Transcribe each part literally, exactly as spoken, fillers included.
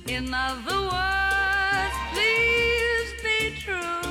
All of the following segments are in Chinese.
In other words, please be true.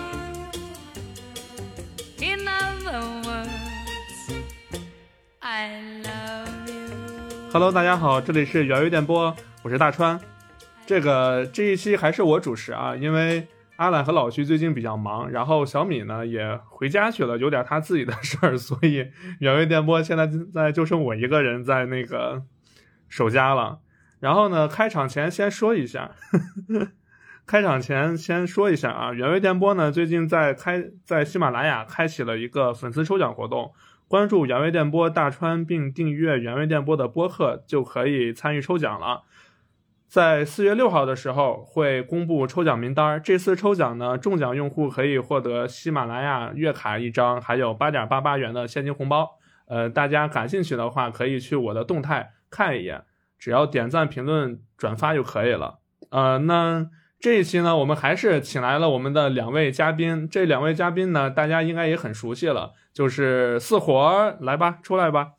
In other words, I love you. Hello， 大家好，这里是源于电波，我是大川。这个这一期还是我主持啊，因为阿懒和老徐最近比较忙，然后小米呢也回家去了，有点他自己的事儿，所以源于电波现在在就剩我一个人在那个守家了。然后呢，开场前先说一下，呵呵开场前先说一下啊，源于电波呢最近在开在喜马拉雅开启了一个粉丝抽奖活动，关注源于电波大川并订阅源于电波的播客就可以参与抽奖了。在四月六号的时候会公布抽奖名单，这次抽奖呢，中奖用户可以获得喜马拉雅月卡一张，还有 八点八八元的现金红包。呃，大家感兴趣的话可以去我的动态看一眼，只要点赞、评论、转发就可以了。呃，那这一期呢，我们还是请来了我们的两位嘉宾，这两位嘉宾呢，大家应该也很熟悉了，就是四火，来吧，出来吧。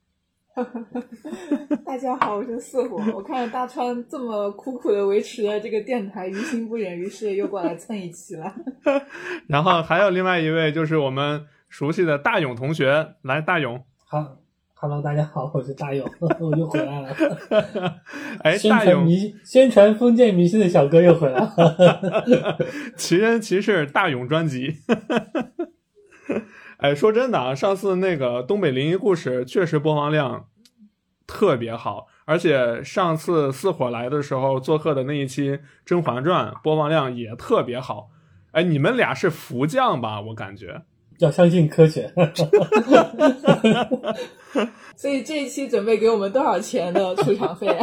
大家好，我是四火。我看着大川这么苦苦的维持了这个电台，于心不忍，于是又过来蹭一期了。 然后还有另外一位就是我们熟悉的大勇同学，来，大勇。 好 ，Hello， 大家好，我是大勇，我又回来了。 哎， 宣大勇， 传迷宣传封建迷信的小哥又回来了。 奇人奇事大勇专辑。哎，说真的啊，上次那个东北灵异故事确实播放量特别好，而且上次四火来的时候做客的那一期《甄嬛传》播放量也特别好。哎，你们俩是福将吧？我感觉要相信科学。 所以这一期准备给我们多少钱的出场费？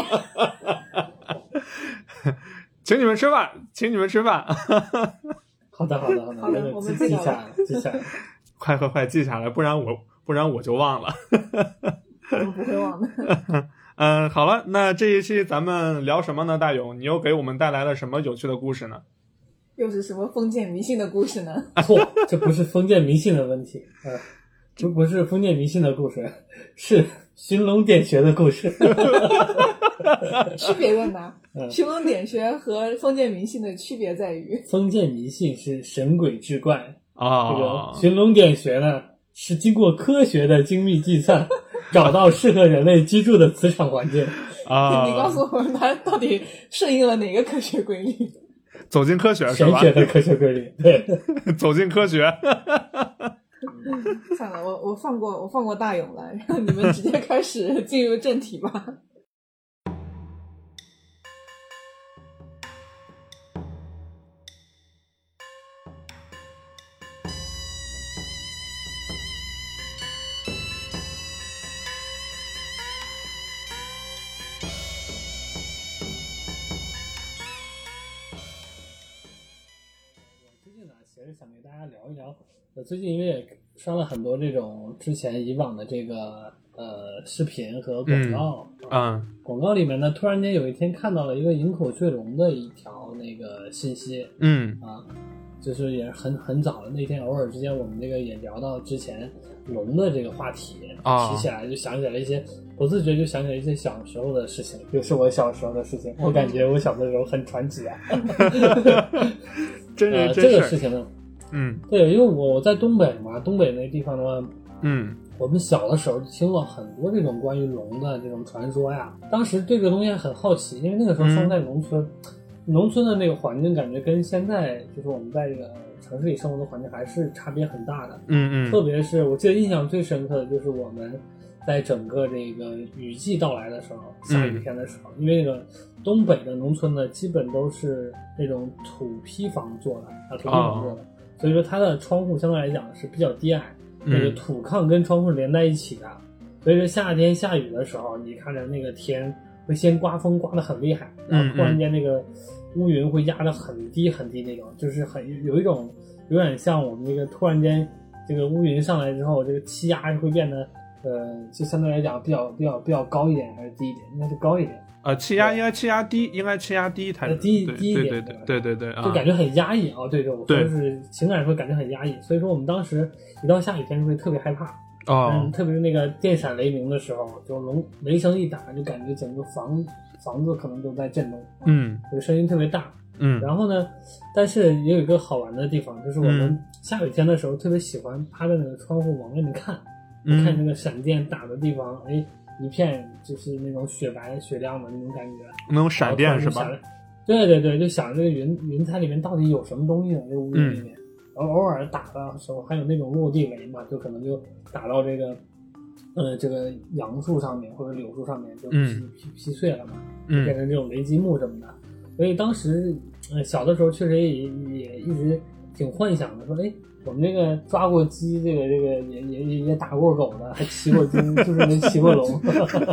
请你们吃饭，请你们吃饭。 好的，好的，好的， 好的，我们记下来，记下来。 快快快记下来，不然我不然我就忘了。 我们不会忘的。 嗯，好了，那这一期咱们聊什么呢？大勇，你又给我们带来了什么有趣的故事呢？ 又是什么封建迷信的故事呢？ 错，这不是封建迷信的问题，呃，这不是封建迷信的故事，是寻龙点穴的故事。 区别在哪？ 嗯、 寻龙点穴和封建迷信的区别在于， 封建迷信是神鬼之怪。 啊， 这个寻龙点穴呢，是经过科学的精密计算，找到适合人类居住的磁场环境。 啊， 你告诉我们，它到底顺应了哪个科学规律？ 走进科学是吧？ 玄学的科学规律，对， 走进科学。 算了，我我放过我放过大勇了，让你们直接开始进入正题吧。 想跟大家聊一聊，我最近因为也刷了很多这种之前以往的这个呃视频和广告， 嗯，嗯广告里面呢，突然间有一天看到了一个营口雀龙的一条那个信息， 嗯啊，就是也很很早了，那天偶尔之间我们这个也聊到之前龙的这个话题， 啊， 提起来就想起来一些不自觉就想起来一些小时候的事情，就是我小时候的事情，我感觉我小的时候很传奇啊。 真人真事、呃、 这个事情呢， 嗯， 对，因为我在东北嘛，东北那地方的话， 嗯， 我们小的时候听了很多这种关于龙的这种传说呀。当时这个东西还很好奇，因为那个时候生在农村，嗯、农村的那个环境感觉跟现在就是我们在这个城市里生活的环境还是差别很大的。 嗯嗯， 特别是我记得印象最深刻的就是我们在整个这个雨季到来的时候，下雨天的时候，嗯、因为那个东北的农村呢，基本都是那种土坯房做的啊，土坯房做的，哦、所以说它的窗户相对来讲是比较低矮，嗯、那个土炕跟窗户连在一起的，所以说夏天下雨的时候，你看着那个天会先刮风刮得很厉害，然后突然间那个乌云会压得很低很低那种，就是很有一种有点像我们那个突然间这个乌云上来之后，这个气压会变得呃，就相对来讲比较比较比较高一点还是低一点？应该是高一点。 呃，气压应该气压低，应该气压低才是低低一点， 对对对对对， 就感觉很压抑啊！对对，我说是情感说感觉很压抑，所以说我们当时一到下雨天就会特别害怕哦， 嗯，特别是那个电闪雷鸣的时候，就龙雷声一打，就感觉整个房房子可能都在震动， 嗯， 这个声音特别大。 嗯， 然后呢，但是也有一个好玩的地方，就是我们下雨天的时候特别喜欢趴在那个窗户往外面看， 嗯、 看那个闪电打的地方，哎，一片就是那种雪白雪亮的那种感觉， 那种闪电是吧？ 对对对，就想这个云云彩里面到底有什么东西呢？这个屋檐里面，嗯、然后偶尔打的时候还有那种落地雷嘛，就可能就打到这个呃这个杨树上面或者柳树上面，就劈、嗯、劈劈碎了嘛，就变成这种雷击木什么的。嗯所以当时，呃，小的时候确实也也一直挺幻想的，说，哎，我们这个抓过鸡，这个这个也也也也打过狗的，还骑过鲸，就是没骑过龙，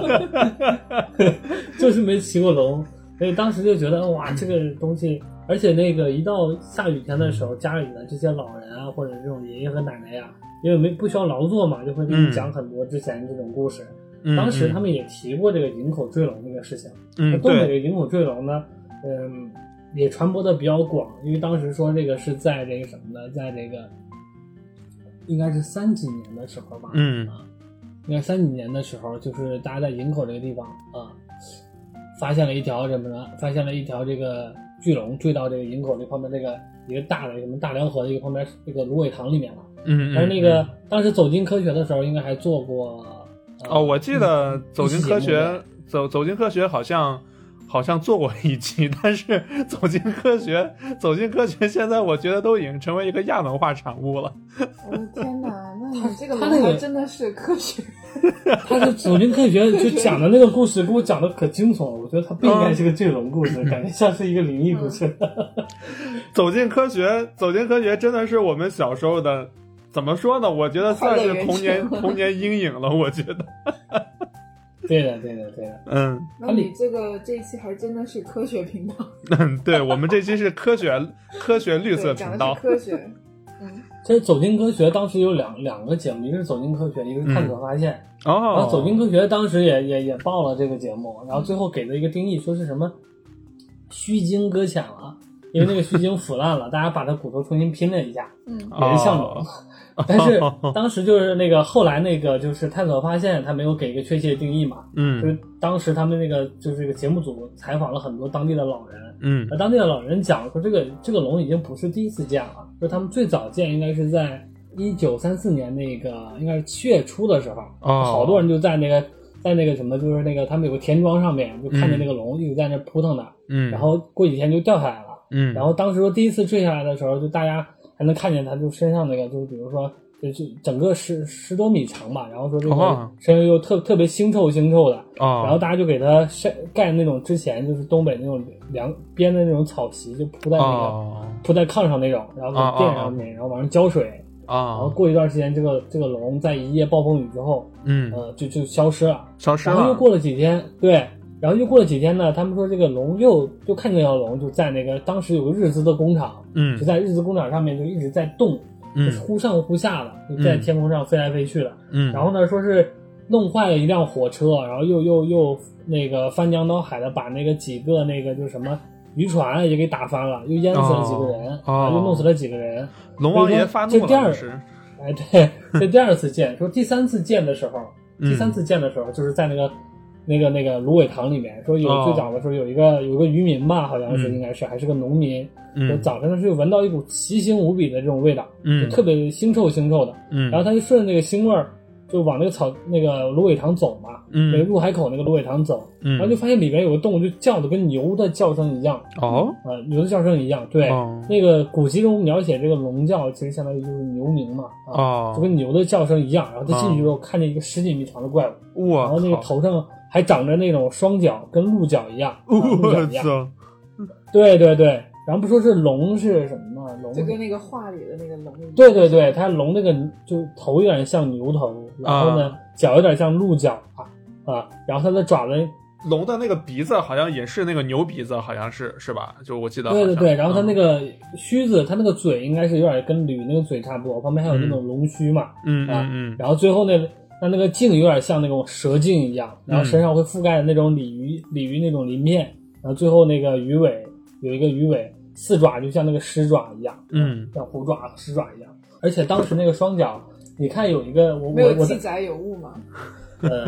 就是没骑过龙。所以当时就觉得，哇，这个东西，而且那个一到下雨天的时候，家里的这些老人啊，或者这种爷爷和奶奶呀、啊，因为没不需要劳作嘛，就会给你讲很多之前这种故事。嗯、当时他们也提过这个营口坠龙这个事情。嗯，东北的营口坠龙呢。嗯，也传播的比较广，因为当时说这个是在这个什么呢，在这个应该是三几年的时候吧， 嗯啊，应该三几年的时候，就是大家在营口这个地方啊，发现了一条什么呢？发现了一条这个巨龙坠到这个营口这旁边这个一个大的什么大梁河的一个旁边这个芦苇塘里面了。 嗯， 但是那个、嗯、当时走进科学的时候，应该还做过、 呃、哦，我记得走进科学，走走进科学好像。好像做过一期，但是走进科学，走进科学，现在我觉得都已经成为一个亚文化产物了。 我的天哪，那你这个龙还真的是科学。 他是走进科学就讲的那个故事，给我讲的可惊悚了。我觉得他不应该是个坠龙故事，嗯、感觉像是一个灵异故事。 走进科学，走进科学真的是我们小时候的，怎么说呢？我觉得算是童年童年阴影了。我觉得。 对的，对的，对的， 嗯， 那你这个这一期还真的是科学频道。 嗯，对，我们这期是科学科学绿色频道， 科学。嗯， 这走进科学当时有两两个节目，一个是走进科学，一个是探索发现。 哦、嗯， 然后走进科学当时也也也报了这个节目，然后最后给了一个定义，说是什么须鲸搁浅了，因为那个须鲸腐烂了，大家把它骨头重新拼了一下，嗯，也是像龙。哦但是当时就是那个后来那个就是探索发现他没有给一个确切定义嘛， 嗯， 就是当时他们那个就是这个节目组采访了很多当地的老人， 嗯， 而当地的老人讲说这个这个龙已经不是第一次见了，说他们最早见应该是在一九三四年那个应该是七月初的时候， 哦， 好多人就在那个在那个什么就是那个他们有个田庄上面就看见那个龙一直在那扑腾的， 嗯， 然后过几天就掉下来了， 嗯， 然后当时说第一次坠下来的时候，就大家还能看见它就身上那个就是比如说。就整个十十多米长吧，然后说这个身上又特特别腥臭腥臭的， 哦， 然后大家就给它晒盖那种之前就是东北那种凉编的那种草席，就铺在那个、 哦、 铺在炕上那种，然后给垫上面，哦、然后往上浇水， 啊、哦， 然后过一段时间，这个这个龙在一夜暴风雨之后， 嗯， 呃，就就消失了， 消失了， 然后又过了几天，对，然后又过了几天呢，他们说这个龙又就看见这条龙就在那个当时有个日资的工厂， 嗯， 就在日资工厂上面就一直在动。就是忽上忽下的，就在天空上飞来飞去的。 嗯， 然后呢，说是弄坏了一辆火车，然后又又又那个翻江倒海的把那个几个那个就是什么渔船也给打翻了，又淹死了几个人， 哦、 然后又弄死了几个人。 龙王爷发怒了， 这第二次，哎，对，这第二次见，说第三次见的时候，第三次见的时候就是在那个。那个那个芦苇塘里面说有最早的时候有一个、哦、有一个渔民吧，好像是、嗯、应该是还是个农民， 嗯， 就早晨的时候闻到一股奇腥无比的这种味道， 嗯， 就特别腥臭腥臭的， 嗯， 然后他就顺着那个腥味儿就往那个草那个芦苇塘走嘛， 嗯， 那个入海口那个芦苇塘走， 嗯， 然后就发现里面有个动物就叫的跟牛的叫声一样， 哦， 呃，牛的叫声一样，对， 哦、 那个古籍中描写这个龙叫其实相当于就是牛鸣嘛，啊， 哦， 就跟牛的叫声一样，然后他进去之后、哦、看见一个十几米长的怪物， 哇， 然后那个头上还长着那种双角，跟鹿角一样，啊、鹿角一样。对对对，然后不说是龙是什么吗？龙就跟那个画里的那个龙。 对对对，它龙那个就头有点像牛头，然后呢、啊、脚有点像鹿角啊啊，然后它的爪子。 龙的那个鼻子好像也是那个牛鼻子，好像是是吧？就我记得。 对对对，然后它那个须子，它那个嘴应该是有点跟驴那个嘴差不多，旁边还有那种龙须嘛， 嗯啊、 嗯嗯， 然后最后那个。那那个茎有点像那种蛇茎一样，然后身上会覆盖那种鲤鱼鲤鱼那种鳞片，然后最后那个鱼尾有一个鱼尾，四爪就像那个狮爪一样， 嗯， 像虎爪、狮爪一样。而且当时那个双脚，你看有一个我没有我记载有误吗？ 呃，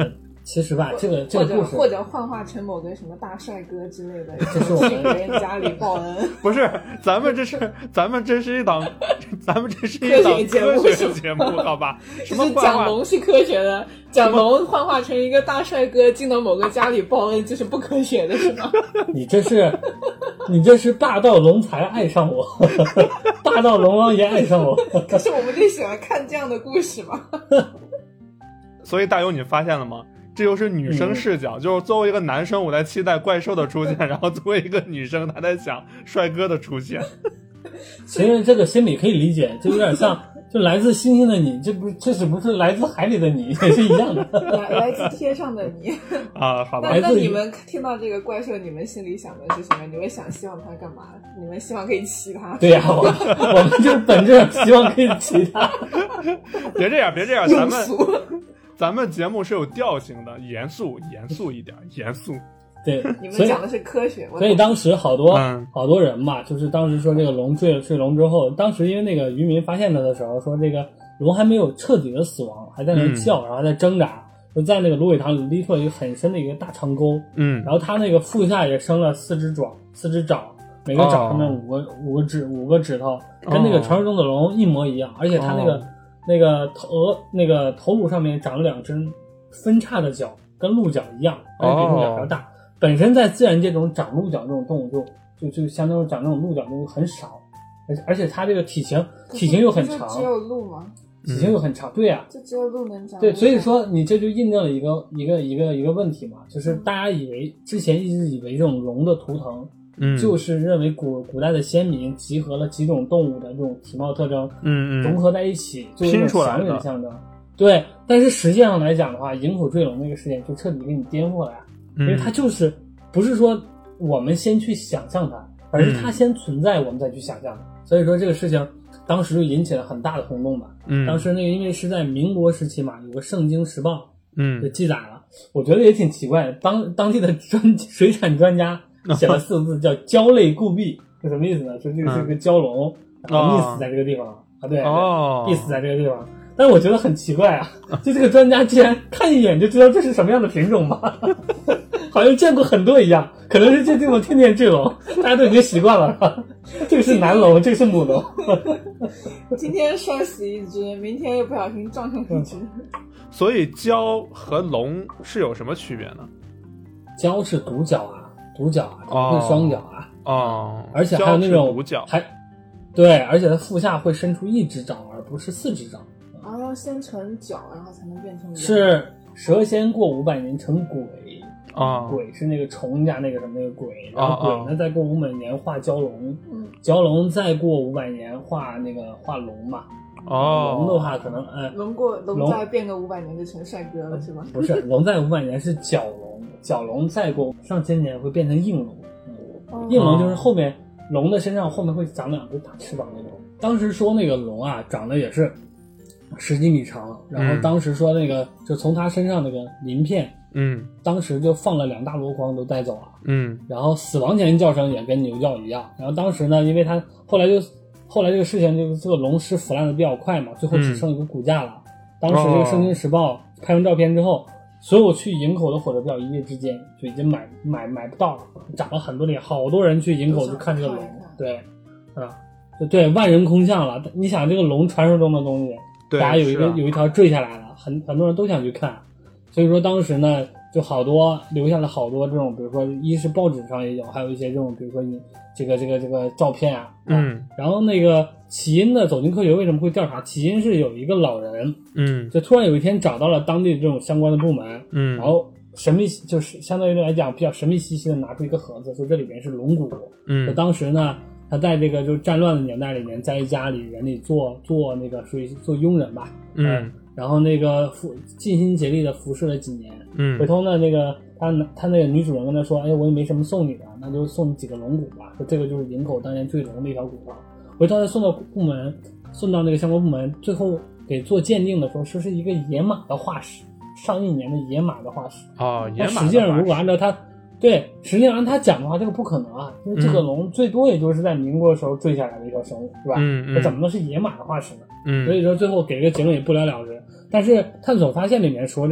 其实吧，这个这或者个故事或者幻化成某个什么大帅哥之类的， 这是我们去别人家里报恩。 不是，咱们这是咱们这是一档，咱们这是一档科学节目，好吧？什么就是幻化？ 讲龙是科学的，讲龙幻化成一个大帅哥进到某个家里报恩，这是不科学的，是吗？ 你这是你这是霸道龙才爱上我，霸道龙王爷爱上我。 可是我们就喜欢看这样的故事嘛。 所以大勇，你发现了吗？这又是女生视角，嗯、就是作为一个男生，我在期待怪兽的出现，然后作为一个女生，她在想帅哥的出现。 其实这个心理可以理解，就有点像，就来自星星的你，这不这是不是来自海里的你，也是一样的。 来来自天上的你啊，好吧。 那那你们听到这个怪兽，你们心里想的是什么？你们想希望它干嘛？你们希望可以骑它？ 对呀、啊，我我们就是本着希望可以骑它。 别这样，别这样，咱们。咱们节目是有调性的，严肃严肃一点，严肃。 对， 你们讲的是科学。 所以当时好多、 嗯、 好多人嘛，就是当时说这个龙坠了坠龙之后，当时因为那个渔民发现它的时候，说这个龙还没有彻底的死亡，还在那叫，嗯、然后还在挣扎，就在那个芦苇塘里立出了一个很深的一个大长沟。 嗯， 然后它那个腹下也生了四只爪，四只爪，每个爪上面五个、哦、五个指五个指头，跟那个传说中的龙一模一样，而且它那个。哦那个头额那个头颅上面长了两只分叉的角，跟鹿角一样，而且比鹿角还要大。哦、本身在自然界中长鹿角这种动物就就就相当于长那种鹿角动物很少，而且而且它这个体型体型又很长。 只有鹿吗？ 体型又很长，对呀、啊， 就只有鹿能长。 对，所以说你这就印证了一个一个一个一个问题嘛，就是大家以为之前一直以为这种龙的图腾。 嗯， 就是认为古古代的先民集合了几种动物的这种体貌特征， 嗯嗯， 融合在一起，就是拼出来的象征。对，但是实际上来讲的话，营口坠龙那个事件就彻底给你颠覆了呀， 嗯、 因为它就是不是说我们先去想象它，而是它先存在，我们再去想象它。嗯、所以说这个事情当时就引起了很大的轰动嘛。 嗯， 当时那个因为是在民国时期嘛，有个《圣经时报》 嗯就记载了，我觉得也挺奇怪的，当当地的专水产专家。写了四个字叫蛟类固壁，是什么意思呢？说这个是个蛟龙，然后溺死在这个地方、哦、啊，对， 哦， 溺死在这个地方。但是我觉得很奇怪啊，就这个专家居然看一眼就知道这是什么样的品种吧，好像见过很多一样，可能是这地方天天坠龙，大家都已经习惯了。这个是男龙，这个是母龙。 今天摔死一只，明天又不小心撞上一只。 所以蛟和龙是有什么区别呢？ 蛟是独角啊。独角啊，它不会双脚啊， 哦， 而且还有那种独角， 还对，而且它腹下会伸出一只爪，而不是四只爪。 然后要先成角，然后才能变成龙。 是蛇先过五百年成鬼啊， 鬼是那个虫加那个什么那个鬼，然后鬼呢再过五百年化蛟龙， 嗯， 蛟龙再过五百年化那个化龙嘛。 哦， 龙的话可能呃， 龙过龙再变个五百年就成帅哥了是吗？ 不是，龙在五百年是角龙，角龙再过上千年会变成应龙。嗯、应龙就是后面龙的身上后面会长两只大翅膀那种。当时说那个龙啊，长得也是十几米长，然后当时说那个、嗯、就从它身上那个鳞片， 嗯， 当时就放了两大箩筐都带走了， 嗯，然后死亡前叫声也跟牛叫一样。然后当时呢，因为它后来就。后来这个事情就是这个龙尸腐烂的比较快嘛，最后只剩一个骨架了。嗯、当时这个《圣经时报》拍完照片之后，所有去营口的火车票一夜之间就已经买买买不到了，涨了很多点，好多人去营口去看这个龙，对，啊，就对，万人空巷了。你想这个龙传说中的东西，大家有一个、啊、有一条坠下来了，很很多人都想去看，所以说当时呢，就好多留下了好多这种，比如说一是报纸上也有，还有一些这种，比如说你。这个这个这个照片啊， 嗯， 然后那个起因的走进科学为什么会调查？起因是有一个老人， 嗯， 就突然有一天找到了当地这种相关的部门， 嗯， 然后神秘就是相对于来讲比较神秘兮兮的拿出一个盒子，说这里边是龙骨， 嗯， 就当时呢，他在这个就战乱的年代里面，在一家里人里做做那个属于做佣人吧， 嗯， 呃、然后那个服尽心竭力的服侍了几年， 嗯， 回头呢那个。他他那个女主人跟他说：“哎，我也没什么送你的，那就送你几个龙骨吧。说这个就是营口当年坠龙的一条骨头。回头再送到部门，送到那个相关部门，最后给做鉴定的时候，说是一个野马的化石，上亿年的野马的化石。 哦，野马的化石。 实际上，如果按照他对，实际上按他讲的话，这个不可能啊，因为这个龙最多也就是在民国的时候坠下来的一条生物，是吧？ 嗯嗯。 那怎么能是野马的化石呢？ 嗯。 所以说最后给个结论也不了了之。但是探索发现里面说这个。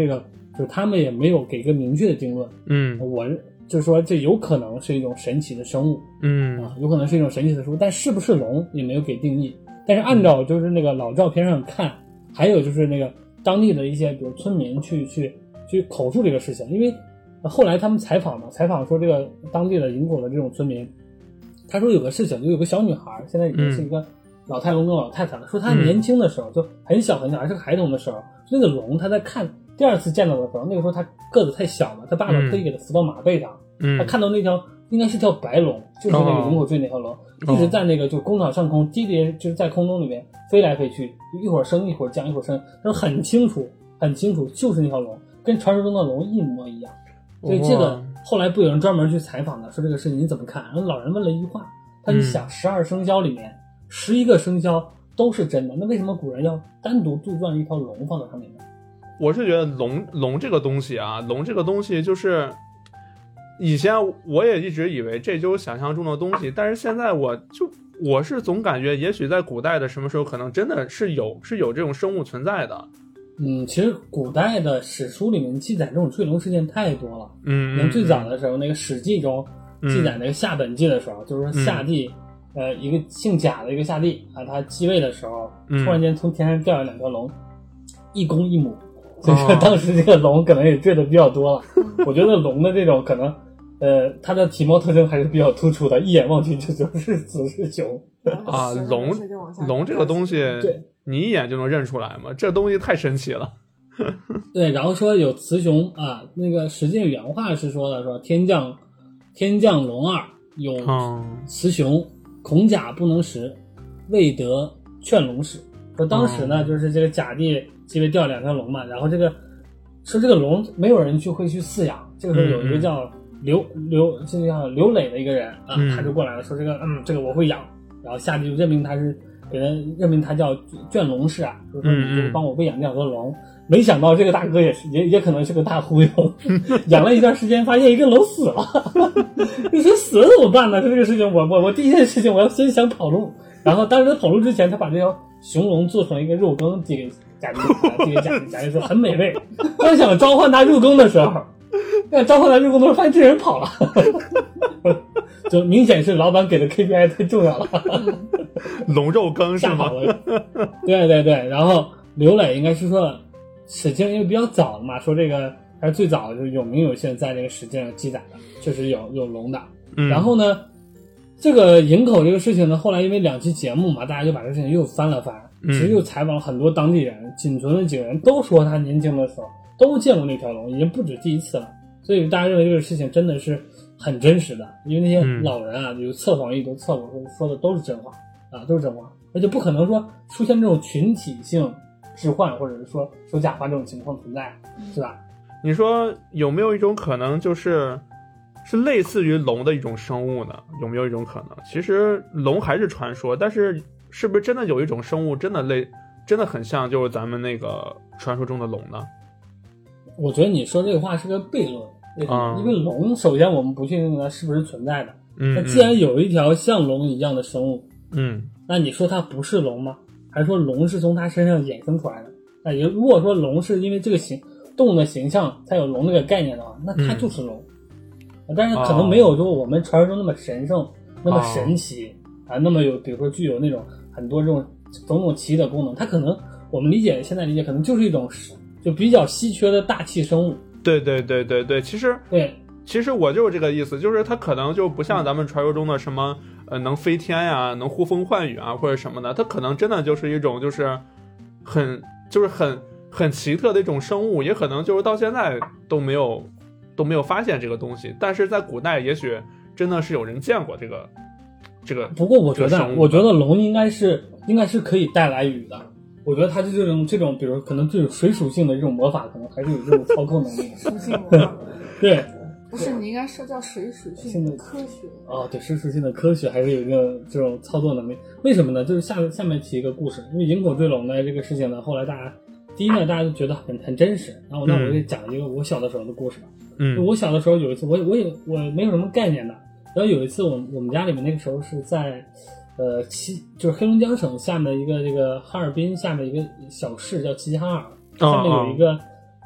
就是他们也没有给一个明确的定论。 嗯， 我就是说这有可能是一种神奇的生物， 嗯啊，有可能是一种神奇的生物，但是不是龙也没有给定义。但是按照就是那个老照片上看，还有就是那个当地的一些比如村民去去去口述这个事情，因为后来他们采访嘛，采访说这个当地的营口的这种村民，他说有个事情，就有个小女孩，现在已经是一个老太龙跟老太太了，说她年轻的时候就很小很小，还是个孩童的时候，那个龙她在看第二次见到的时候，那个时候她个子太小了，她爸爸特意给她扶到马背上， 嗯， 她看到那条应该是条白龙，就是那个营口坠那条龙，一直在那个就工厂上空低跌，就是在空中里面飞来飞去，一会儿升一会儿降一会儿升，她说很清楚很清楚就是那条龙，跟传说中的龙一模一样。所以这个后来不有人专门去采访的，说这个事情你怎么看？然后老人问了一句话，他就想十二生肖里面十一个生肖都是真的，那为什么古人要单独杜撰一条龙放在上面呢？ 我是觉得龙龙这个东西啊，龙这个东西就是以前我也一直以为这就是想象中的东西，但是现在我就我是总感觉也许在古代的什么时候可能真的是有是有这种生物存在的。 嗯，其实古代的史书里面记载这种坠龙事件太多了。 嗯， 嗯最早的时候，那个《史记》中记载那个夏本纪的时候，嗯、就是说夏帝，嗯、呃，一个姓贾的一个夏帝啊，他继位的时候， 嗯、 突然间从天上掉下两条龙，一公一母，所以说当时这个龙可能也坠的比较多了。哦、我觉得龙的这种可能，呃，它的体貌特征还是比较突出的，一眼望去就就是子是熊啊。龙龙这个东西， 对。 你一眼就能认出来吗？这东西太神奇了。 对，然后说有雌雄啊，那个实际原话是说的，说天降天降龙二，有雌雄，孔甲不能食，未得劝龙使。说当时呢，就是这个甲帝继位掉两条龙嘛，然后这个说这个龙没有人去会去饲养，这个时候有一个叫刘刘这个叫刘磊的一个人啊，他就过来了，说这个嗯这个我会养，然后夏帝就任命他是。给人任命他叫圈龙氏啊，就是说你就帮我喂养这两条龙。没想到这个大哥也是也也可能是个大忽悠，养了一段时间，发现一个龙死了。你说死了怎么办呢？说这个事情，我我我第一件事情我要先想跑路，然后当时他跑路之前，他把这条雄龙做成一个肉羹递给贾帝，递给贾帝，贾帝说很美味。刚想召唤他入宫的时候，那召唤他入宫的时候，发现这人跑了，就明显是老板给的 K P I 太重要了。 龙肉羹是吗？ 对对对，然后刘磊应该是说史记因为比较早了嘛，说这个还是最早就是有名有姓在这个史记上记载的，确实有有龙的。嗯、然后呢，这个营口这个事情呢，后来因为两期节目嘛，大家就把这个事情又翻了翻，其实又采访了很多当地人，仅存的几个人都说他年轻的时候都见过那条龙，已经不止第一次了。所以大家认为这个事情真的是很真实的，因为那些老人啊，有测谎仪都测过，说说的都是真话啊，都是真话，而且不可能说出现这种群体性置换或者是说说假话这种情况存在，是吧？ 你说有没有一种可能，就是是类似于龙的一种生物呢？有没有一种可能？其实龙还是传说，但是是不是真的有一种生物真的类，真的很像就是咱们那个传说中的龙呢？ 我觉得你说这个话是个悖论，嗯、因为龙首先我们不确定它是不是存在的。嗯，那既然有一条像龙一样的生物， 嗯， 那你说它不是龙吗？还是说龙是从它身上衍生出来的？那也如果说龙是因为这个形动物的形象才有龙这个概念的话，那它就是龙。嗯、但是可能没有说我们传说中那么神圣、哦、那么神奇啊，那么有比如说具有那种很多这种种种奇异的功能。它可能我们理解现在理解可能就是一种就比较稀缺的大气生物。 对对对对对，其实对， 其实我就是这个意思，就是它可能就不像咱们传说中的什么呃能飞天呀、能呼风唤雨啊或者什么的，它可能真的就是一种就是很就是很很奇特的一种生物，也可能就是到现在都没有都没有发现这个东西，但是在古代也许真的是有人见过这个这个。 不过我觉得我觉得龙应该是应该是可以带来雨的。我觉得它是这种这种，比如可能这种水属性的这种魔法，可能还是有这种操控能力。 属性魔法， 对， 不是你应该说叫水属性的科学。 哦，对，水属性的科学还是有这种这种操作能力。为什么呢？就是下下面提一个故事，因为营口坠龙的这个事情呢，后来大家第一呢，大家都觉得很很真实。然后那我就讲一个我小的时候的故事吧。嗯，我小的时候有一次，我我也我没有什么概念的。然后有一次我，我我们家里面那个时候是在。呃，齐就是黑龙江省下面的一个这个哈尔滨下面一个小市叫齐齐哈尔，下面有一个、哦、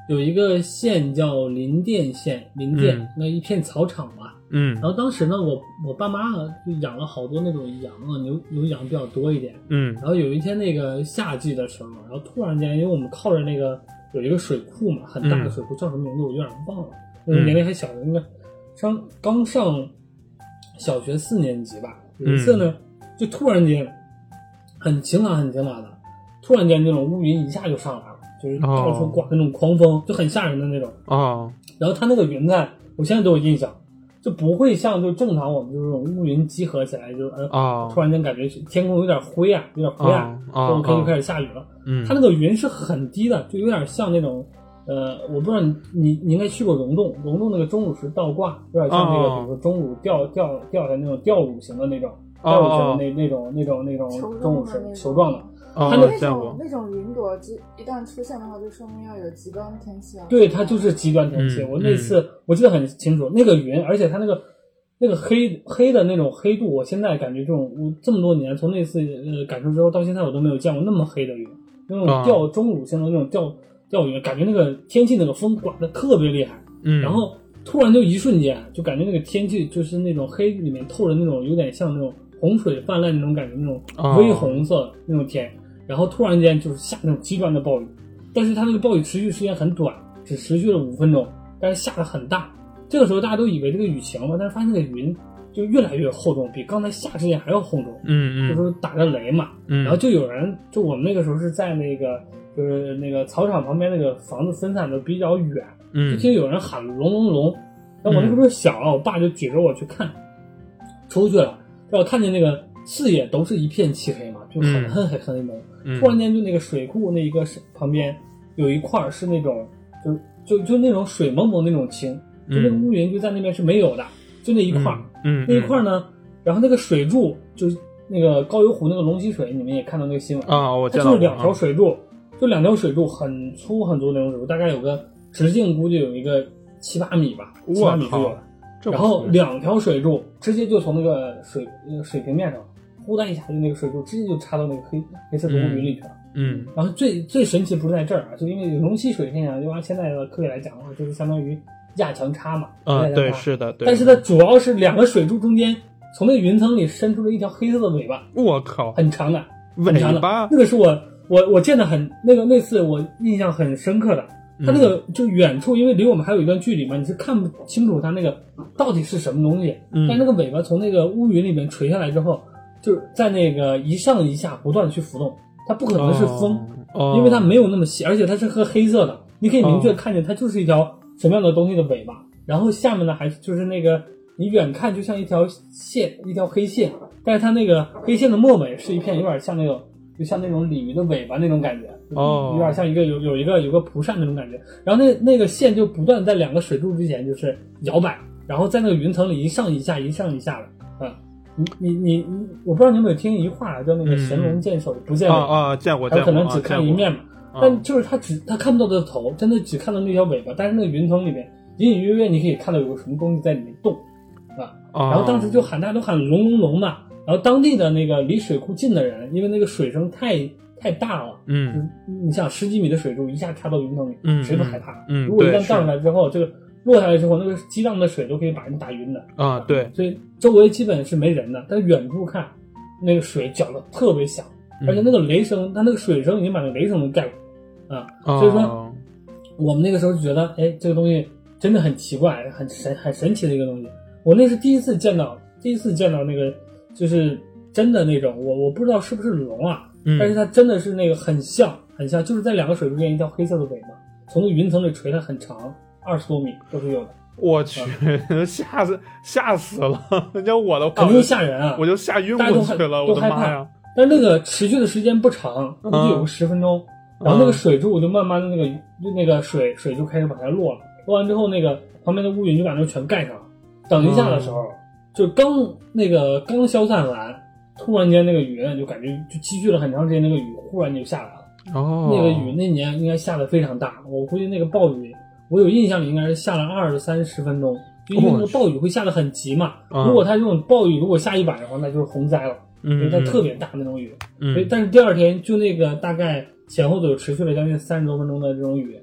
有一个县叫林甸县，林甸、 嗯、 那一片草场嘛。 嗯， 然后当时呢，我我爸妈就养了好多那种羊啊，牛牛羊比较多一点。 嗯， 然后有一天那个夏季的时候，然后突然间，因为我们靠着那个有一个水库嘛，很大的水库，嗯、叫什么名字我有点忘了。那时候年龄还小，应该上刚上小学四年级吧。有一次呢，嗯、就突然间很晴朗很晴朗的，突然间那种乌云一下就上来了，就是到处刮那种狂风，哦、就很吓人的那种。 哦。 然后它那个云彩，我现在都有印象。就不会像就正常我们就是这种乌云集合起来，就是呃， oh. 突然间感觉天空有点灰啊，有点灰暗，就 oh. OK 就开始下雨了。 嗯， 它那个云是很低的，就有点像那种呃，我不知道你你你应该去过溶洞，溶洞那个钟乳石倒挂，有点像那个， oh. 比如说钟乳掉掉掉下来那种吊乳型的那种，吊乳型的那那种那种那种钟乳石球状的。 哦， 它那种那种云朵，一旦出现的话，就说明要有极端天气啊。 对，它就是极端天气。 嗯、 我那次、嗯、我记得很清楚，那个云，而且它那个那个黑黑的那种黑度，我现在感觉这种我这么多年从那次呃感受之后到现在，我都没有见过那么黑的云，那种吊钟乳型的那种吊吊云，感觉那个天气那个风刮得特别厉害。 嗯， 然后突然就一瞬间，就感觉那个天气就是那种黑里面透着那种有点像那种洪水泛滥那种感觉，那种微红色那种天。然后突然间就是下那种极端的暴雨，但是它那个暴雨持续时间很短，只持续了五分钟，但是下得很大。这个时候大家都以为这个雨晴了，但是发现那个云就越来越厚重，比刚才下之前还要厚重。 嗯嗯， 就说打着雷嘛。嗯。然后就有人，就我们那个时候是在那个就是那个草场旁边那个房子分散的比较远， 嗯， 就听有人喊隆隆隆。然后我那个时候小啊，我爸就举着我去看，出去了，然后看见那个视野都是一片漆黑嘛，就很很很很蒙。 嗯、 突然间就那个水库那一个旁边有一块是那种就就就那种水蒙蒙那种青，就那个乌云就在那边是没有的，就那一块。 嗯， 那一块呢，然后那个水柱就那个高邮湖那个龙溪水，你们也看到那个新闻啊，我见到它就是两条水柱，就两条水柱很粗很粗那种水柱，大概有个直径估计有一个七八米吧，七八米就有了。然后两条水柱直接就从那个水那个水平面上。忽然一下就那个水柱直接就插到那个黑黑色的乌云里去了。 嗯， 然后最最神奇不是在这儿啊，就因为龙溪水现象，就按现在的科学来讲的话，就是相当于亚强差嘛。 啊、嗯，对，是的，对。 但是它主要是两个水柱中间，从那个云层里伸出了一条黑色的尾巴。 我靠， 很长的， 尾很长的。 巴， 那个是我我我见的很那个那次我印象很深刻的。它那个就远处，因为离我们还有一段距离嘛，你是看不清楚它那个到底是什么东西。嗯，但那个尾巴从那个乌云里面垂下来之后。就是在那个一上一下不断的去浮动，它不可能是风， 哦、 因为它没有那么细，而且它是和黑色的，你可以明确看见它就是一条什么样的东西的尾巴。哦、然后下面呢还就是那个你远看就像一条线，一条黑线，但是它那个黑线的末尾是一片有点像那个就像那种鲤鱼的尾巴那种感觉， 哦， 有点像一个有有一个有个蒲扇那种感觉。然后那那个线就不断在两个水柱之前就是摇摆，然后在那个云层里一上一下一上一下的，嗯。你你你你，我不知道你有没有听一话叫那个神龙见首不见尾啊啊，见过， 他可能只看一面嘛， 啊、 但就是他只他看不到他的头，真的只看到那条尾巴，但是那个云层里面隐隐约约你可以看到有个什么东西在里面动，啊， 啊然后当时就喊大家都喊龙龙龙嘛，然后当地的那个离水库近的人，因为那个水声太太大了， 嗯， 你想十几米的水柱一下插到云层里， 嗯， 谁都害怕， 嗯， 如果一旦荡上来之后，这个。落下来之后，那个激荡的水都可以把人打晕的啊！对， 所以周围基本是没人的，但是远处看，那个水搅得特别响， 嗯、 而且那个雷声，它那个水声已经把那个雷声都盖过啊！ 哦、 所以说，我们那个时候就觉得，哎，这个东西真的很奇怪，很神、很神奇的一个东西。我那是第一次见到，第一次见到那个就是真的那种，我我不知道是不是龙啊， 嗯、 但是它真的是那个很像，很像，就是在两个水中间一条黑色的尾巴，从那云层里垂得很长。二十多米都是有的， 我去，嗯、吓死吓死了！要我的话， 肯定吓人啊！ 我就吓晕过去了，我的妈呀！ 但是那个持续的时间不长，估计有个十分钟。嗯、然后那个水柱就慢慢的那个那个水水就开始往下落了，落完之后，那个旁边的乌云就把那个全盖上了。等一下的时候，嗯、就刚那个刚消散完，突然间那个雨就感觉就积蓄了很长时间，那个雨忽然就下来了。 哦， 那个雨那年应该下得非常大，我估计那个暴雨。我有印象里应该是下了二三十分钟，就因为那个暴雨会下得很急嘛。 哦、 如果它这种暴雨如果下一晚的话，那就是洪灾了， 嗯， 因为它特别大那种雨。 嗯， 所以但是第二天就那个大概前后左右持续了将近三十多分钟的这种雨，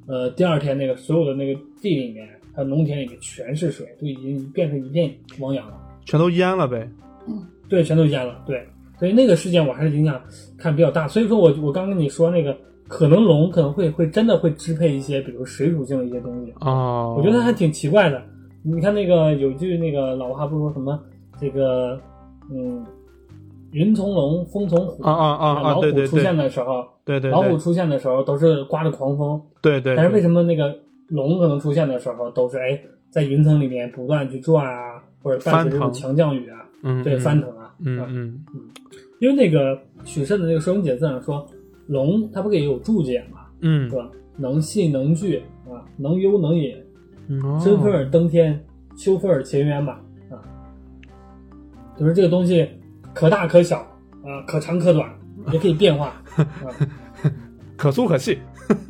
呃，第二天那个所有的那个地里面还有农田里面全是水，都已经变成一片汪洋了， 全都淹了呗。 对，全都淹了，对，所以那个事件我还是影响看比较大。所以说我我刚跟你说那个，可能龙可能会会真的会支配一些，比如水属性的一些东西。 哦， 我觉得还挺奇怪的。你看那个有一句那个老话不是说什么这个嗯，云从龙，风从虎啊啊啊啊！ 老对对对， 虎出现的时候， 对对对， 老虎出现的时候都是刮着狂风， 对对， 但是为什么那个龙可能出现的时候都是哎在云层里面不断去转啊，或者伴随这种强降雨啊， 嗯， 对，翻腾啊， 嗯嗯嗯，因为那个许慎的那个《说文解字》上说，龙它不也有注解嘛， 嗯， 是吧？能系能聚啊，能幽能隐， 嗯， 春分而登天，秋分而乾渊嘛，啊，就是这个东西可大可小啊，可长可短，也可以变化啊， 可粗可细。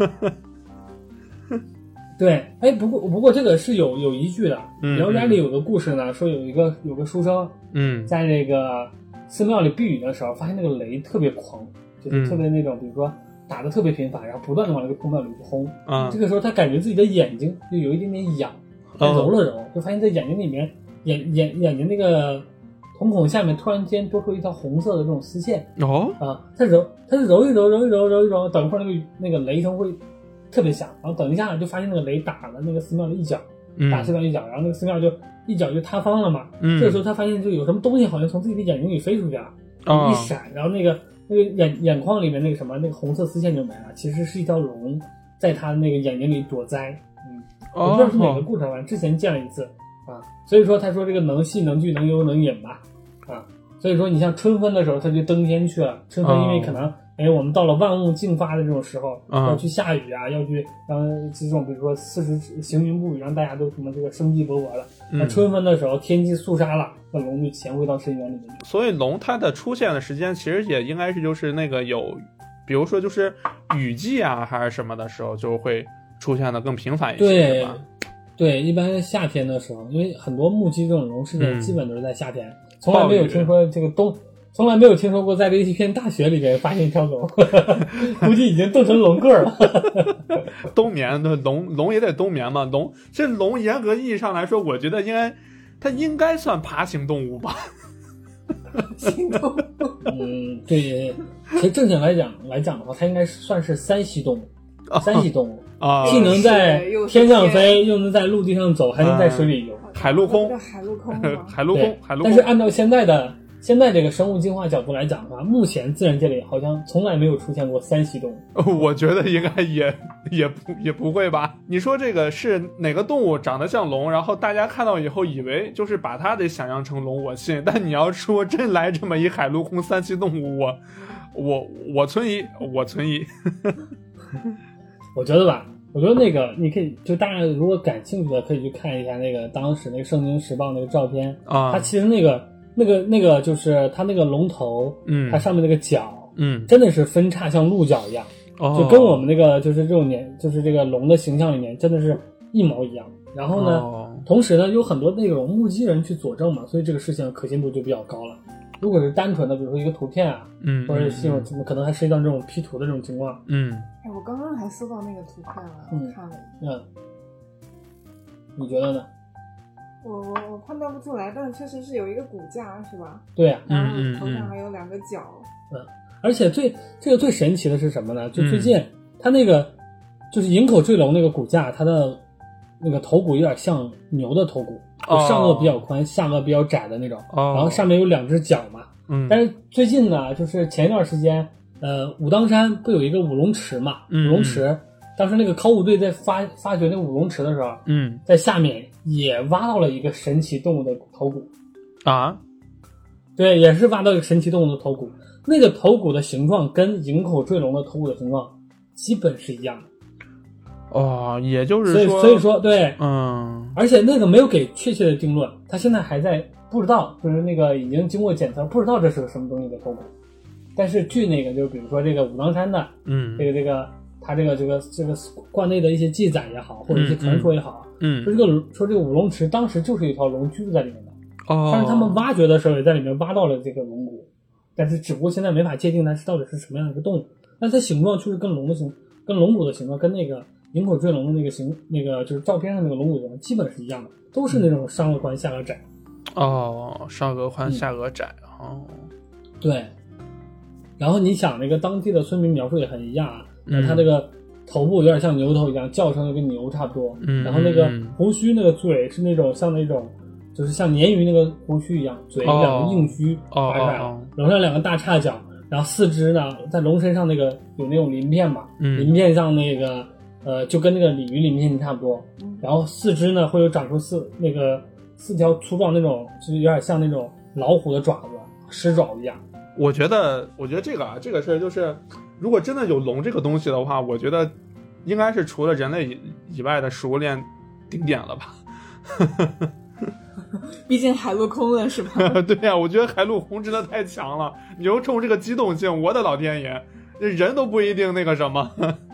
对，哎，不过不过这个是有有依据的， 嗯 《聊斋》里有个故事呢，说有一个有个书生， 嗯， 在这个寺庙里避雨的时候，发现那个雷特别狂，就是特别那种，比如说打得特别频繁，然后不断的往那个宫庙里去轰。 啊， 这个时候他感觉自己的眼睛就有一点点痒，他揉了揉，就发现在眼睛里面眼眼眼睛那个瞳孔下面突然间多出一条红色的这种丝线哦， 啊，他揉他是揉一揉揉一揉揉一揉，等一会儿那个那个雷声会特别响，然后等一下就发现那个雷打了那个寺庙的一角，打寺庙一角，然后那个寺庙就一角就塌方了嘛。 嗯， 这个时候他发现就有什么东西好像从自己的眼睛里飞出去了， 哦， 一闪，然后那个那个眼眼眶里面那个什么那个红色丝线就没了，其实是一条龙在他那个眼睛里躲灾。嗯，我不知道是哪个故事，反正之前见了一次啊。所以说他说这个能系能聚能幽能隐吧，啊，所以说你像春分的时候他就登天去了，春分因为可能。哎，我们到了万物竞发的这种时候， 嗯、 要去下雨啊，要去让这种比如说四时行云布雨，让大家都什么这个生机勃勃的。那、嗯、春分的时候，天气肃杀了，那龙就潜回到深渊里面去。 所以龙它的出现的时间，其实也应该是就是那个有，比如说就是雨季啊，还是什么的时候，就会出现的更频繁一些。 对，对，一般夏天的时候，因为很多目击这种龙事件，基本都是在夏天，嗯、从来没有听说这个冬。从来没有听说过在这一片大雪里面发现一条龙，估计已经冻成龙个儿了。 冬眠，龙龙也得冬眠嘛。龙这龙严格意义上来说，我觉得应该它应该算爬行动物吧。 行动物， 嗯，对，其实正经来讲来讲的话，它应该算是三栖动物，三栖动物啊， 既能在天上飞，又能在陆地上走，还能在水里游， 啊、海陆空， 海陆空， 海陆空，海陆空。 但是按照现在的。现在这个生物进化角度来讲的话，目前自然界里好像从来没有出现过三栖动物。 我觉得应该也也不也不会吧？你说这个是哪个动物长得像龙，然后大家看到以后以为就是把它得想象成龙，我信。但你要说真来这么一海陆空三栖动物，我我我存疑，我存疑。 我觉得吧，我觉得那个你可以就大家如果感兴趣的可以去看一下那个当时那个《圣经时报》那个照片啊，它其实那个。那个那个就是它那个龙头，嗯，它上面那个角，嗯，真的是分叉像鹿角一样，哦，就跟我们那个就是这种年，就是这个龙的形象里面真的是一毛一样。然后呢，哦、同时呢有很多那种目击人去佐证嘛，所以这个事情可信度就比较高了。如果是单纯的，比如说一个图片啊，嗯，或者这种可能还涉及到这种 P 图的这种情况， 嗯， 哎，我刚刚还搜到那个图片了， 嗯、 我看了， 嗯，你觉得呢？ 我我我判断不出来，但确实是有一个骨架，是吧？ 对啊， 然后头上还有两个角。 嗯，而且最这个最神奇的是什么呢？就最近、嗯、它那个就是营口坠龙那个骨架，它的那个头骨有点像牛的头骨，就上颚比较宽，哦、下颚比较窄的那种，哦、然后上面有两只角嘛。嗯。但是最近呢，就是前一段时间，呃，武当山不有一个五龙池嘛？ 嗯、 五龙池。当时那个考古队在发发掘那个五龙池的时候， 嗯， 在下面也挖到了一个神奇动物的头骨， 啊， 对，也是挖到一个神奇动物的头骨。那个头骨的形状跟营口坠龙的头骨的形状基本是一样的。 哦，也就是说， 所以所以说，对， 嗯， 而且那个没有给确切的定论，他现在还在不知道，就是那个已经经过检测，不知道这是个什么东西的头骨。但是据那个，就比如说这个武当山的， 嗯， 这个这个。他这个这个这个观内的一些记载也好，或者一些传说也好， 嗯， 说这个说这个五龙池当时就是一条龙居住在里面的， 哦， 但是他们挖掘的时候也在里面挖到了这个龙骨，但是只不过现在没法界定它是到底是什么样的一个动物，但它形状就是跟龙的形跟龙骨的形状跟那个营口坠龙的那个形，那个就是照片上那个龙骨纹基本是一样的，都是那种上颚宽下颚窄。 哦，上颚宽下颚窄、嗯、哦， 对。然后你想那个当地的村民描述也很一样啊， 嗯， 他这个头部有点像牛头一样，叫声就跟牛差不多， 嗯， 然后那个胡须那个嘴是那种像那种就是像鲶鱼那个胡须一样，嘴两个硬须哦排出来了，龙上两个大叉角，然后四肢呢在龙身上那个有那种鳞片嘛， 嗯， 鳞片上那个呃就跟那个鲤鱼鳞片差不多，然后四肢呢会有长出四那个四条粗壮那种，就是有点像那种老虎的爪子狮爪一样。 我觉得，我觉得这个啊，这个事儿就是，如果真的有龙这个东西的话，我觉得应该是除了人类以以外的食物链顶点了吧。 毕竟海陆空了是吧？ 对呀、啊，我觉得海陆空真的太强了。牛冲这个机动性，我的老天爷，人都不一定那个什么。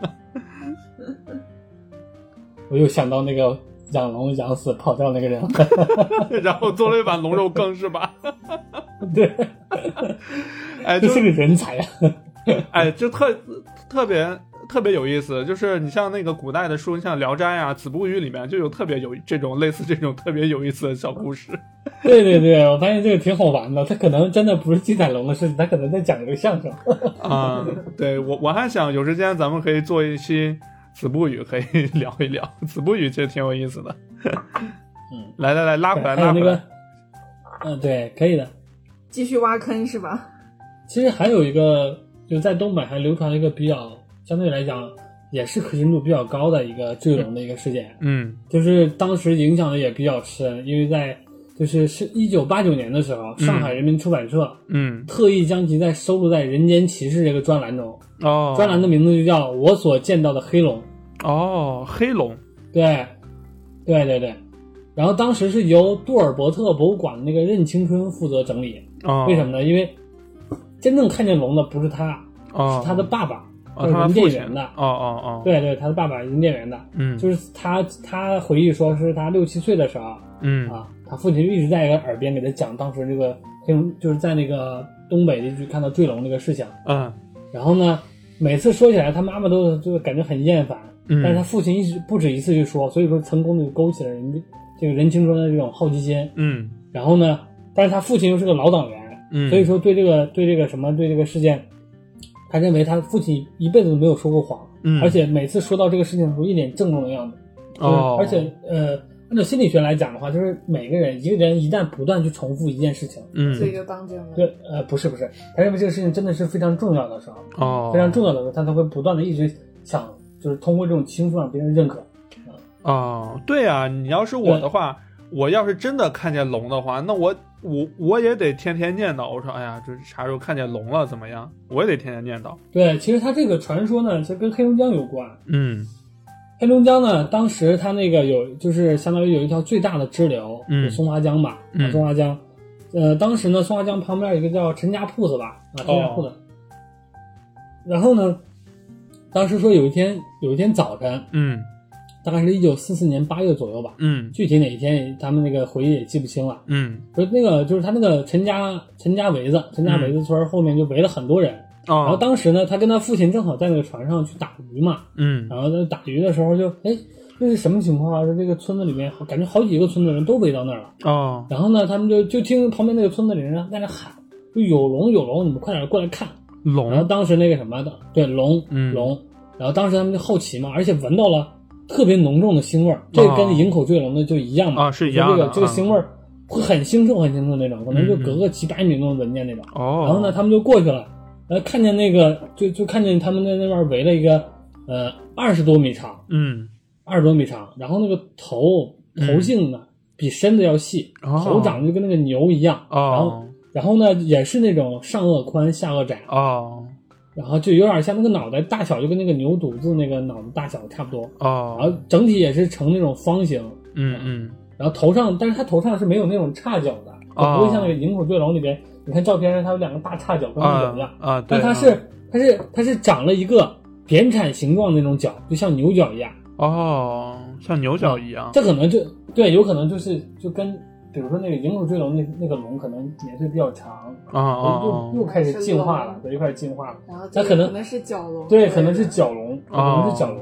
我又想到那个养龙养死跑掉那个人了， 然后做了一碗龙肉羹是吧？ 对， 哎， 这是个人才啊！ 哎，就特特别特别有意思，就是你像那个古代的书，像《聊斋》啊、《子不语》里面就有特别有这种类似这种特别有意思的小故事。 对对对，我发现这个挺好玩的。他可能真的不是记载龙的事情，他可能在讲这个相声。 啊、嗯，对我我还想有时间咱们可以做一期子不语，可以聊一聊子不语，其实挺有意思的。 嗯， 来来来，拉回来，拉回来。 那个，嗯、呃，对，可以的。 继续挖坑是吧？ 其实还有一个，就在东北还流传了一个比较相对来讲也是可信度比较高的一个坠龙的一个事件。 嗯， 就是当时影响的也比较深，因为在就是是一九八九年的时候，上海人民出版社嗯特意将其在收录在《人间奇事》这个专栏中。 哦， 专栏的名字就叫我所见到的黑龙。 哦，黑龙。 对，对对对。然后当时是由杜尔伯特博物馆的那个任青春负责整理。 哦， 为什么呢？因为真正看见龙的不是他， 哦， 是他的爸爸， 哦， 就是银店员的。 哦哦哦， 对对，他的爸爸银店员的。 嗯， 就是他他回忆说是他六七岁的时候， 嗯啊，他父亲就一直在耳边给他讲当时这个就是在那个东北地区看到坠龙这个事情。 嗯， 然后呢，每次说起来他妈妈都就感觉很厌烦， 嗯， 但是他父亲一直不止一次去说，所以说成功的勾起了人这个人青春的这种好奇心。 嗯， 然后呢，但是他父亲又是个老党员。 嗯， 所以说对这个对这个什么对这个事件，他认为他父亲一辈子都没有说过谎， 嗯， 而且每次说到这个事情的时候一脸郑重的样子。 哦， 而且呃，按照心理学来讲的话，就是每个人一个人一旦不断去重复一件事情， 嗯， 所以就当真了。 对，呃，不是不是，他认为这个事情真的是非常重要的时候， 哦， 非常重要的时候，他才会不断的一直想，就是通过这种倾诉让别人认可。 哦，对啊，你要是我的话，我要是真的看见龙的话，那我。我我也得天天念叨，我说哎呀，这啥时候看见龙了怎么样？我也得天天念叨。 对，其实他这个传说呢，是跟黑龙江有关。 嗯， 黑龙江呢，当时它那个有，就是相当于有一条最大的支流， 嗯， 松花江吧， 嗯， 松花江。呃，当时呢，松花江旁边有一个叫陈家铺子吧，啊，陈家铺子。哦、然后呢，当时说有一天，有一天早晨， 嗯。 大概是一九四四年八月左右吧， 嗯， 具体哪一天他们那个回忆也记不清了， 嗯， 说那个就是他那个陈家陈家围子，陈家围子村后面就围了很多人， 哦， 然后当时呢，他跟他父亲正好在那个船上去打鱼嘛， 嗯， 然后在打鱼的时候就，哎，这是什么情况啊？说这个村子里面感觉好几个村子人都围到那儿了， 哦， 然后呢，他们就就听旁边那个村子里人在那喊，就有龙有龙，你们快点过来看龙， 然后当时那个什么的，对龙， 嗯， 龙，然后当时他们就好奇嘛，而且闻到了。特别浓重的腥味儿，这个跟营口坠龙的就一样嘛， 啊、哦，是一样的。 这个这个腥味儿会很腥臭、很腥臭那种，可能就隔个几百米都能闻见那种。 哦、嗯。 然后呢，他们就过去了，呃，看见那个，就就看见他们在那边围了一个，呃，二十多米长， 嗯， 二十多米长，然后那个头头颈呢、嗯、比身子要细， 哦、 头长得就跟那个牛一样。 哦。 然后，然后呢，也是那种上颚宽、下颚窄。 哦。 然后就有点像那个脑袋大小，就跟那个牛犊子那个脑子大小差不多哦。 然后整体也是呈那种方形， 嗯嗯。 然后头上，但是它头上是没有那种叉角的， 哦、 不会像那个营口坠龙里边，你看照片上它有两个大叉角跟那种一样啊。对。 但它是它是它是长了一个扁铲形状的那种角，就像牛角一样。 哦，像牛角一样。 这可能就对，有可能就是就跟。比如说那个营口坠龙那那个龙可能年岁比较长啊啊， 又又开始进化了，对，又开始进化了。 然后它可能可能是角龙， 对，可能是角龙，可能是角龙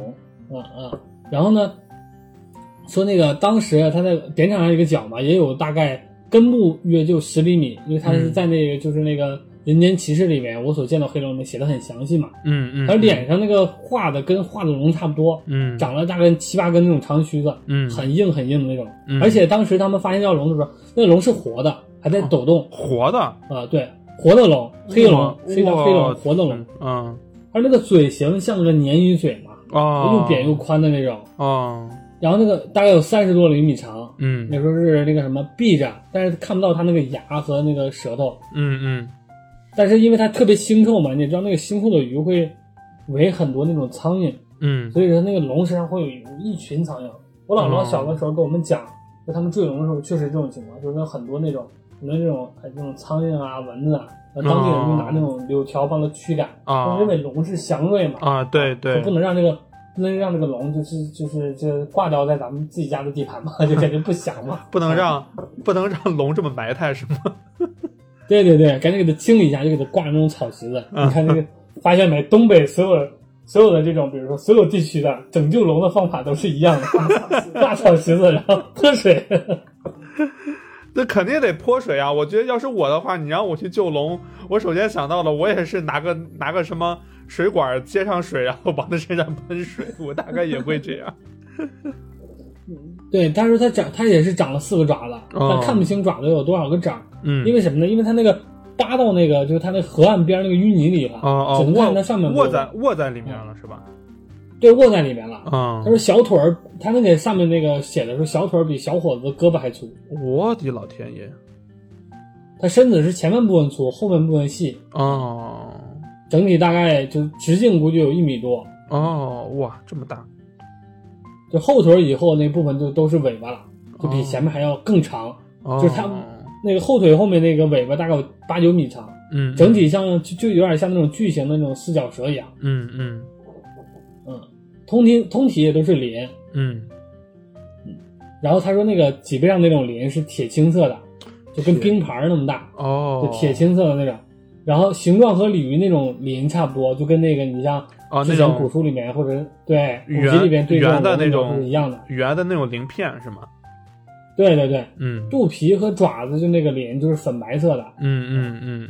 嗯嗯，然后呢，说那个当时他在点场上有一个角嘛，也有大概根部约就十厘米，因为他是在那个、嗯、就是那个人间骑士里面我所见到黑龙里面写的很详细嘛。 嗯嗯， 他脸上那个画的跟画的龙差不多，嗯，长了大概七八根那种长须子，嗯，很硬很硬的那种。嗯、而且当时他们发现这条龙的时候，那个龙是活的，还在抖动。哦、 活的啊、 呃，对，活的龙，黑龙是一条黑龙，活的龙。 嗯， 而那个嘴型像个鲶鱼嘴嘛， 哦， 又扁又宽的那种。 哦。 然后那个大概有三十多厘米长， 嗯， 那时候是那个什么闭着，但是看不到它那个牙和那个舌头。 嗯嗯。 但是因为它特别腥臭嘛，你知道那个腥臭的鱼会围很多那种苍蝇， 嗯， 所以说那个龙身上会有一群苍蝇。我姥姥小的时候跟我们讲，就他们坠龙的时候确实这种情况，就是很多那种很多那种那种苍蝇啊、蚊子啊，当地人就拿那种柳条帮它驱赶，啊，认为龙是祥瑞嘛， 啊，对对， 就不能让这个不能让这个龙就是就是就挂掉在咱们自己家的地盘嘛，就感觉不祥嘛， 不能让不能让龙这么埋汰是吗？ 对对对，赶紧给它清理一下，就给它挂那种草席子。嗯、你看这个，发现没？东北所有所有的这种，比如说所有地区的拯救龙的方法都是一样的，挂草席子，然后泼水。 那肯定得泼水啊！我觉得要是我的话，你让我去救龙，我首先想到的，我也是拿个拿个什么水管接上水，然后往它身上喷水，我大概也会这样。 对，但是它长，它也是长了四个爪子，但、哦、看不清爪子有多少个掌。嗯，因为什么呢？因为它那个扒到那个，就是它那河岸边那个淤泥里了， 哦哦， 只能看它上面卧在卧在里面了，是吧？ 对，卧在里面了。 啊、嗯， 他说小腿儿，他那个上面那个写的说小腿儿比小伙子的胳膊还粗。 我的老天爷！ 他身子是前半部分粗，后半部分细。 哦， 整体大概就直径估计有一米多。 哦，哇，这么大！ 就后腿以后那部分就都是尾巴了，就比前面还要更长。哦、就是它那个后腿后面那个尾巴大概有八九米长。 嗯， 整体像就就有点像那种巨型的那种四脚蛇一样。 嗯嗯嗯，通体通体也都是鳞。 嗯嗯，然后他说那个脊背上那种鳞是铁青色的，就跟冰盘那么大。 哦， 就铁青色的那种。然后形状和鲤鱼那种鳞差不多，就跟那个你像之前古书里面、哦、或者对古籍里面对圆的那种是一样的， 圆的那种鳞片是吗？ 对对对， 嗯， 肚皮和爪子就那个鳞就是粉白色的。 嗯嗯嗯。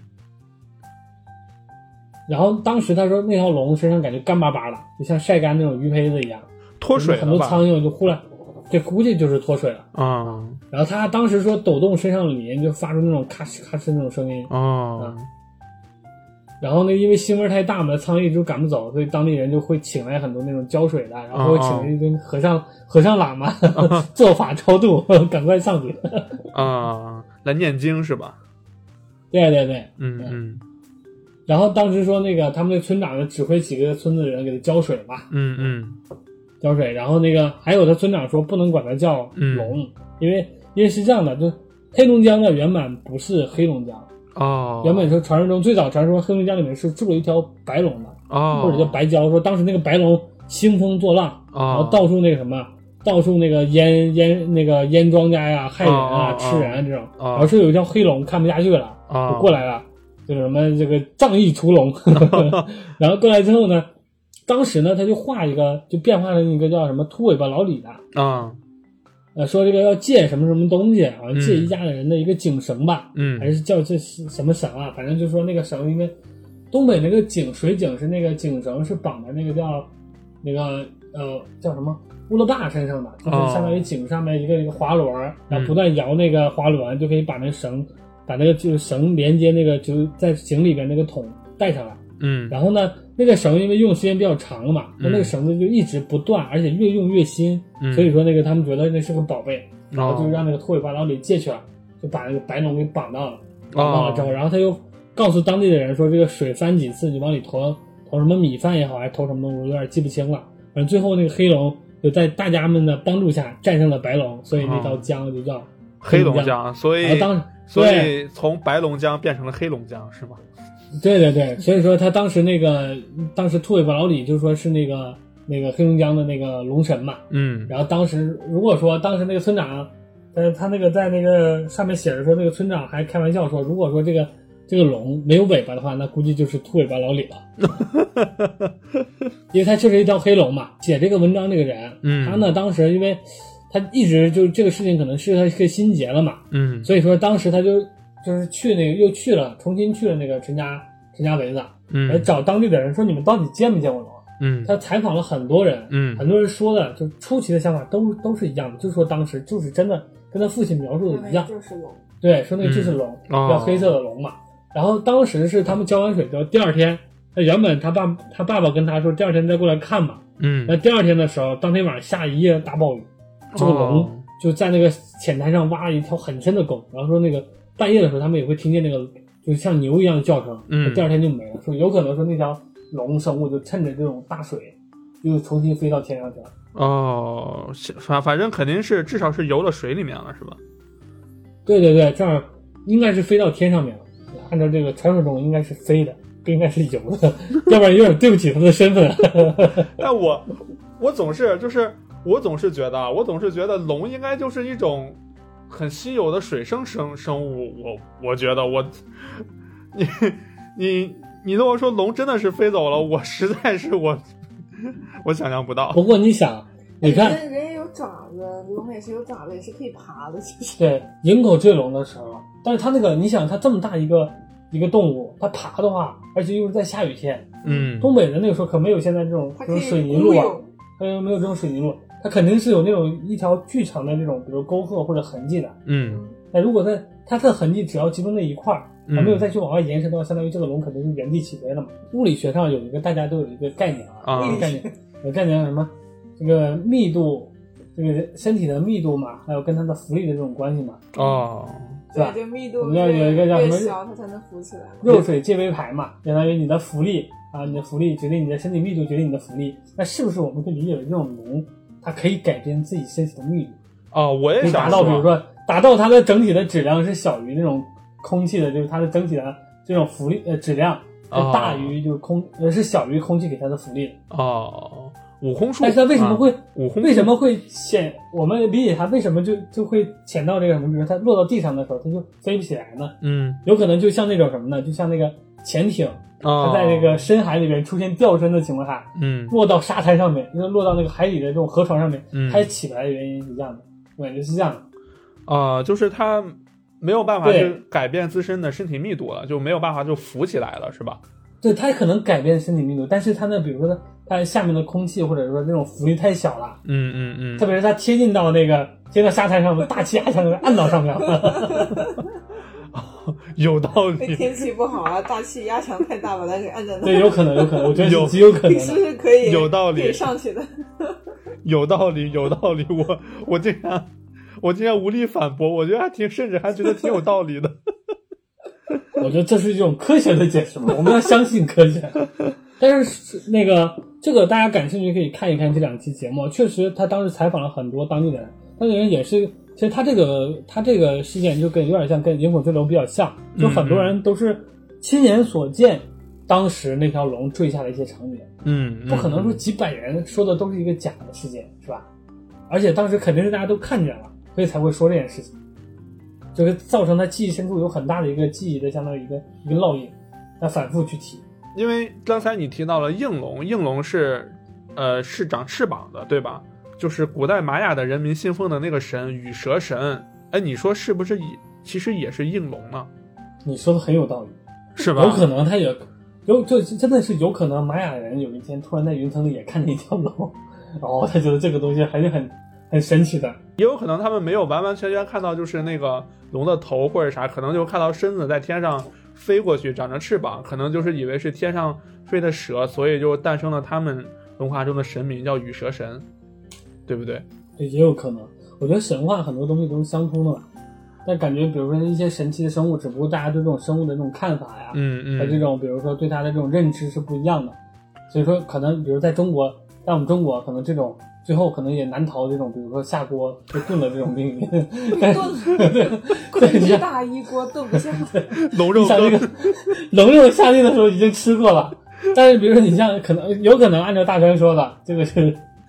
然后当时他说那条龙身上感觉干巴巴的，就像晒干那种鱼胚子一样， 脱水了吧， 很多苍蝇就忽然，这估计就是脱水了啊、嗯。 然后他当时说抖动身上的鳞，就发出那种咔哧咔哧那种声音啊。 嗯然后呢，因为腥味太大嘛，苍蝇一直赶不走，所以当地人就会请来很多那种浇水的，然后会请来一堆和尚、哦、和尚喇嘛、哦、做法超度，赶快上去啊、哦，来念经是吧？ 对对对， 嗯嗯。 然后当时说那个他们那村长就指挥几个村子的人给他浇水嘛， 嗯嗯， 浇水。然后那个还有他村长说不能管它叫龙、嗯，因为因为是这样的，就黑龙江呢原本不是黑龙江。 哦， 原本说传说中最早传说黑龙江里面是住了一条白龙的， 哦， 或者叫白蛟，说当时那个白龙兴风作浪， 哦， 然后到处那个什么，到处那个淹淹那个淹庄稼呀，害人啊， 哦、 吃人啊这种， 哦、 然后说有一条黑龙看不下去了， 哦、 就过来了，就是什么这个仗义屠龙，哦、然后过来之后呢，当时呢他就画一个，就变化成一个叫什么秃尾巴老李的， 啊、哦。 呃，说这个要借什么什么东西，好像借一家的人的一个井绳吧， 嗯， 还是叫这是什么绳啊？反正就说那个绳，因为东北那个井水井是那个井绳是绑在那个叫那个呃叫什么乌勒坝身上的，就是相当于井上面一个一个滑轮，哦、然后不断摇那个滑轮，嗯、就可以把那个绳把那个就是绳连接那个就在井里边那个桶带上来。 嗯， 然后呢，那个绳因为用时间比较长了嘛，那、嗯、那个绳子就一直不断，而且越用越新，嗯、所以说那个他们觉得那是个宝贝，然后就让那个秃尾巴老李借去了，就把那个白龙给绑到了，绑到了之后，哦、然后他又告诉当地的人说，这个水翻几次，你往里投投什么米饭也好，还是投什么东西，我有点记不清了。反正最后那个黑龙就在大家们的帮助下战胜了白龙，所以那条江就叫黑龙江。 江，所以当所以从白龙江变成了黑龙江，是吗？ 对对对，所以说他当时那个当时秃尾巴老李就说是那个那个黑龙江的那个龙神嘛， 嗯， 然后当时如果说当时那个村长，呃，他那个在那个上面写着说，那个村长还开玩笑说，如果说这个这个龙没有尾巴的话，那估计就是秃尾巴老李了。因为他确实一条黑龙嘛。写这个文章这个人，嗯，他呢当时因为他一直就这个事情可能是他一个心结了嘛，嗯，所以说当时他就就是去那个又去了，重新去了那个陈家陈家围子，嗯，来找当地的人说你们到底见没见过龙？嗯，他采访了很多人，嗯，很多人说的就出奇的想法都都是一样的，就是说当时就是真的跟他父亲描述的一样， 就是龙， 对，说那个就是龙，嗯、叫黑色的龙嘛。然后当时是他们浇完水之后，第二天，那原本他爸他爸爸跟他说第二天再过来看嘛，嗯，那第二天的时候，当天晚上下一夜大暴雨，这个龙就在那个浅滩上挖了一条很深的沟，然后说那个半夜的时候他们也会听见那个就像牛一样的叫声，嗯，第二天就没了，说有可能说那条龙生物就趁着这种大水，又重新飞到天上去了。 哦，反反正肯定是至少是游到水里面了，是吧？ 对对对，这样应该是飞到天上面了。按照这个传说中应该是飞的，不应该是游的，要不然有点对不起他的身份。 但我我总是就是我总是觉得我总是觉得龙应该就是一种很稀有的水生生生物，我我觉得我你你你如果说龙真的是飞走了，我实在是我我想象不到。 不过你想，你看人人也有爪子，龙也是有爪子，也是可以爬的。其实对营口坠龙的时候，但是它那个你想，它这么大一个一个动物，它爬的话，而且又是在下雨天，嗯，东北的那个时候可没有现在这种这种水泥路啊，它又没有这种水泥路，它肯定是有那种一条巨长的这种比如沟壑或者痕迹的，嗯，那如果在它的痕迹只要集中在一块儿，它没有再去往外延伸的话，相当于这个龙肯定是原地起飞了嘛。物理学上有一个大家都有一个概念啊，啊概念有概念叫什么？这个密度，这个身体的密度嘛，还有跟它的浮力的这种关系嘛，哦。 是吧？这密度我们要有一个叫什么？ 越小它才能浮起来。 肉水借微排嘛，相当于你的浮力啊，你的浮力决定你的身体密度，决定你的浮力。那是不是我们可以理解为这种龙，它可以改变自己身体的密度？ 哦，我也想达到，比如说达到它的整体的质量是小于那种空气的，就是它的整体的这种浮力呃质量是大于就是空呃、哦、是小于空气给它的浮力的。 哦。悟空术， 但是它为什么会、啊、 悟空为什么会潜？我们理解它为什么就就会潜到这个什么？比如它落到地上的时候，它就飞不起来呢？嗯，有可能就像那种什么呢？就像那个潜艇，哦、它在这个深海里面出现掉深的情况下，嗯，落到沙滩上面，就是落到那个海底的这种河床上面，嗯，它起不来的原因是一样的，我感觉是这样的。 啊、呃，就是它没有办法去改变自身的身体密度了，就没有办法就浮起来了，是吧？ 对，它可能改变身体密度，但是它呢，比如说它。它下面的空气或者说这种浮力太小了， 嗯嗯嗯， 特别是它贴近到那个贴到沙滩上的大气压强按到上面了。 有道理。 天气不好啊，大气压强太大把它给按在那。 对，有可能，有可能，我觉得是极有可能的。 是不是可以？ 有道理， 可以上去的。 有道理，有道理。我我竟然我竟然无力反驳，我觉得还挺，甚至还觉得挺有道理的。 我觉得这是一种科学的解释嘛，我们要相信科学。但是那个这个大家感兴趣可以看一看这两期节目，确实他当时采访了很多当地人，当地人也是，其实他这个他这个事件就跟有点像跟营口坠龙比较像，就很多人都是亲眼所见当时那条龙坠下的一些场景，嗯，不可能说几百人说的都是一个假的事件，是吧？而且当时肯定是大家都看见了，所以才会说这件事情，这个造成他记忆深处有很大的一个记忆的相当于一个一个烙印，他反复去提。 因为刚才你提到了应龙，应龙是，呃，是长翅膀的，对吧？就是古代玛雅的人民信奉的那个神羽蛇神。哎，你说是不是也其实也是应龙呢？ 你说的很有道理， 是吧？ 有可能他也有，就真的是有可能玛雅人有一天突然在云层里也看见一条龙，然后他觉得这个东西还是很很神奇的。 也有可能他们没有完完全全看到就是那个龙的头或者啥，可能就看到身子在天上飞过去，长着翅膀，可能就是以为是天上飞的蛇，所以就诞生了他们文化中的神明叫羽蛇神，对不对？ 也有可能。我觉得神话很多东西都是相通的吧，但感觉比如说一些神奇的生物，只不过大家对这种生物的这种看法呀，嗯嗯，和这种比如说对它的这种认知是不一样的，所以说可能比如在中国，在我们中国可能这种最后可能也难逃这种比如说下锅就炖了这种命运， 炖昆之大一锅炖不下， 龙肉像这个龙肉夏令的时候已经吃过了，但是比如说你像可能有可能按照大川说的，这个是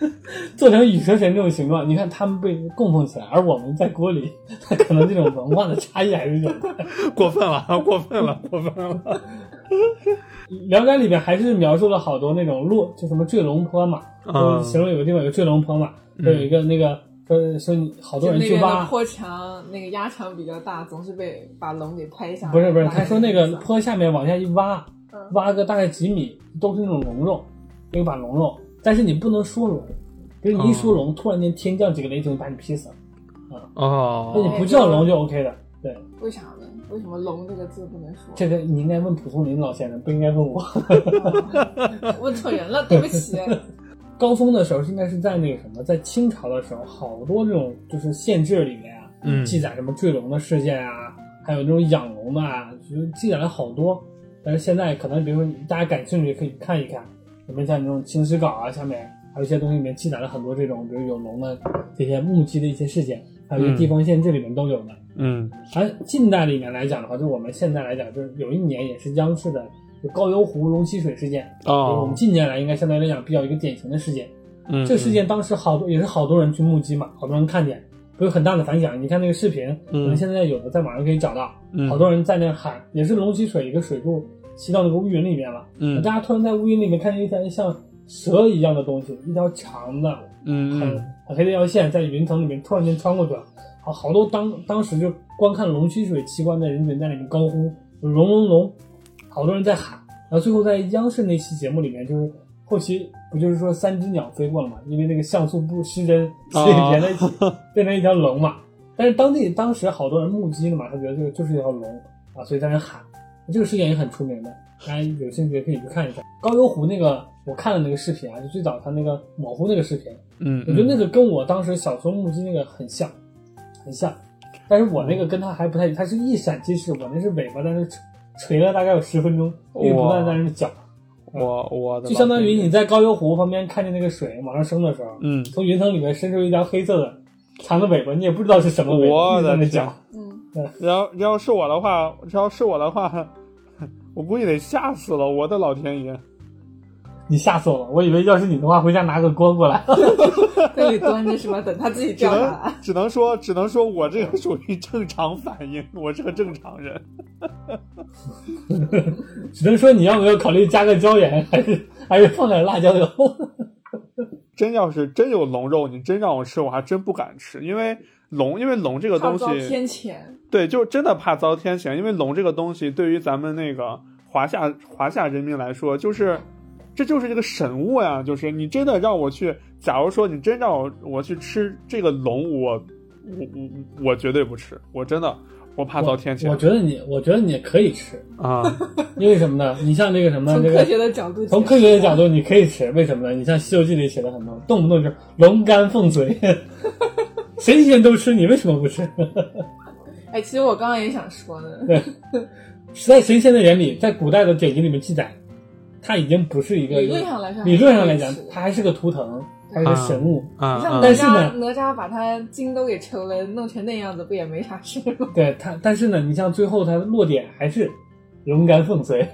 做成羽蛇神这种形状，你看他们被供奉起来，而我们在锅里，可能这种文化的差异还是有的。 过分了，过分了，过分了。 聊斋里面还是描述了好多那种落，就什么坠龙坡嘛， 嗯就形容有个地方有个坠龙坡嘛，就有一个那个说说你好多人去挖坡墙，那个压墙比较大，总是被把龙给拍下来。 不是不是，他说那个坡下面往下一挖，挖个大概几米，都是那种龙肉，有一把龙肉，但是你不能说龙，比如你一说龙，突然间天降几个雷霆把你劈死了啊！ 哦， 那你不叫龙就 OK 的，对。 为啥呢？为什么龙这个字不能说？ 这个你应该问蒲松龄老先生，不应该问我。 哦、问错人了，对不起。 高峰的时候应该是在那个什么，在清朝的时候，好多这种就是县志里面啊， 嗯， 记载什么坠龙的事件啊，还有那种养龙的啊，就记载了好多。但是现在可能，比如说大家感兴趣可以看一看，有没有像这种清史稿啊，下面还有一些东西里面记载了很多这种，比如有龙的这些目击的一些事件，还有一些地方县志里面都有的。 嗯， 而近代里面来讲的话，就我们现在来讲，就是有一年也是央视的就高邮湖龙吸水事件， 哦， 我们近年来应该相对来讲比较一个典型的事件。 嗯， 这个事件当时好多也是好多人去目击嘛，好多人看见，有很大的反响。你看那个视频，可能现在有的在网上可以找到， 嗯， 好多人在那喊，也是龙吸水，一个水柱吸到那个乌云里面了， 嗯， 大家突然在乌云里面看见一条像蛇一样的东西，一条长的， 嗯， 很很黑的一条线在云层里面突然间穿过去了。好，好多当当时就观看龙吸水奇观的人群在里面高呼龙龙龙，好多人在喊。然后最后在央视那期节目里面，就是后期不就是说三只鸟飞过了嘛？因为那个像素不失真，所以连在一起、哦、变成一条龙嘛。但是当地当时好多人目击了嘛，他觉得这个就是一条龙啊，所以在那喊。这个事件也很出名的，大家有兴趣可以去看一下。高邮湖那个我看了那个视频啊，就最早他那个模糊那个视频， 嗯， 我觉得那个跟我当时小时候目击那个很像。很像，但是我那个跟他还不太，他是一闪即逝，我那是尾巴在那垂了大概有十分钟，一直不断在那搅。 我我的就相当于你在高邮湖旁边看见那个水往上升的时候， 嗯， 从云层里面伸出一条黑色的长的尾巴，你也不知道是什么尾巴， 我的搅。 嗯， 对。然后要是我的话，要是我的话，我估计得吓死了，我的老天爷！ 你吓死我了！我以为要是你的话，回家拿个锅过来， 在里端着是吧？等他自己掉下来。 只能说，只能说我这个属于正常反应，我是个正常人。 只能说你要不要考虑加个椒盐，还是还是放点辣椒油？ 真要是真有龙肉，你真让我吃，我还真不敢吃，因为龙，因为龙这个东西， 怕遭天谴。对， 就真的怕遭天谴，因为龙这个东西对于咱们那个华夏华夏人民来说，就是。这就是这个神物呀，就是你真的让我去，假如说你真让我我去吃这个龙，我我我我绝对不吃，我真的我怕遭天谴。 我觉得你，我觉得你可以吃啊， 因为什么呢？你像这个什么， 从科学的角度， 从科学的角度你可以吃，为什么呢？你像《西游记》里写的很多，动不动就是龙肝凤髓，神仙都吃，你为什么不吃？ 哎，其实我刚刚也想说的， 对，在神仙的眼里，在古代的典籍里面记载。它已经不是一个理论上来说， 理论上来讲，它还是个图腾，它是个神物。 啊， 像但是呢， 哪吒把他筋都给抽了，弄成那样子，不也没啥事吗？ 对它，但是呢，你像最后它的落点还是龙肝凤髓。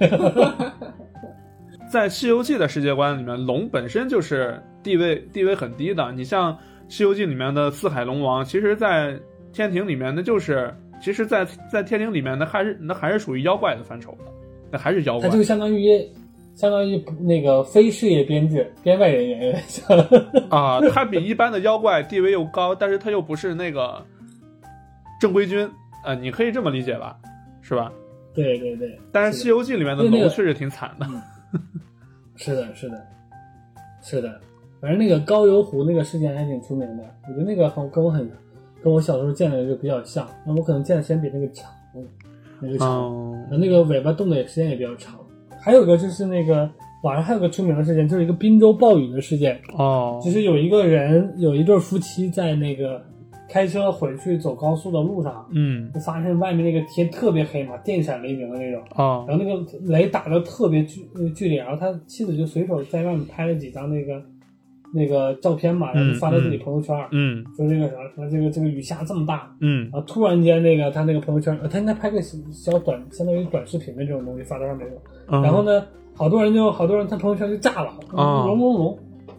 在《西游记》的世界观里面，龙本身就是地位地位很低的。你像《西游记》里面的四海龙王，其实，在天庭里面，那就是，其实在，在在天庭里面，那还是那还是属于妖怪的范畴的。那还是妖怪， 它就相当于相当于那个非事业编制编外人员有点像啊，它比一般的妖怪地位又高，但是它又不是那个正规军，呃，你可以这么理解吧，是吧？ 对对对。 但是《西游记》里面的龙确实挺惨的。 嗯、是的，是的，是的。反正那个高邮湖那个事件还挺出名的，我觉得那个跟我很跟我小时候见的就比较像，那我可能见的时间比那个长。那个长， 哦、 那个尾巴动的也时间也比较长。还有个就是那个网上还有个出名的事件，就是一个滨州暴雨的事件。 哦， 就是有一个人，有一对夫妻在那个开车回去走高速的路上， 嗯， 就发现外面那个天特别黑嘛，电闪雷鸣的那种。 哦， 然后那个雷打得特别剧剧烈，然后他妻子就随手在外面拍了几张那个那个照片嘛，然后就发到自己朋友圈， 嗯， 说这个啥，说这个这个雨下这么大， 嗯， 然后突然间那个他那个朋友圈，他应该拍个小短，相当于短视频的这种东西发到上面，嗯、然后呢，好多人就好多人他朋友圈就炸了， 哦、 龙龙龙，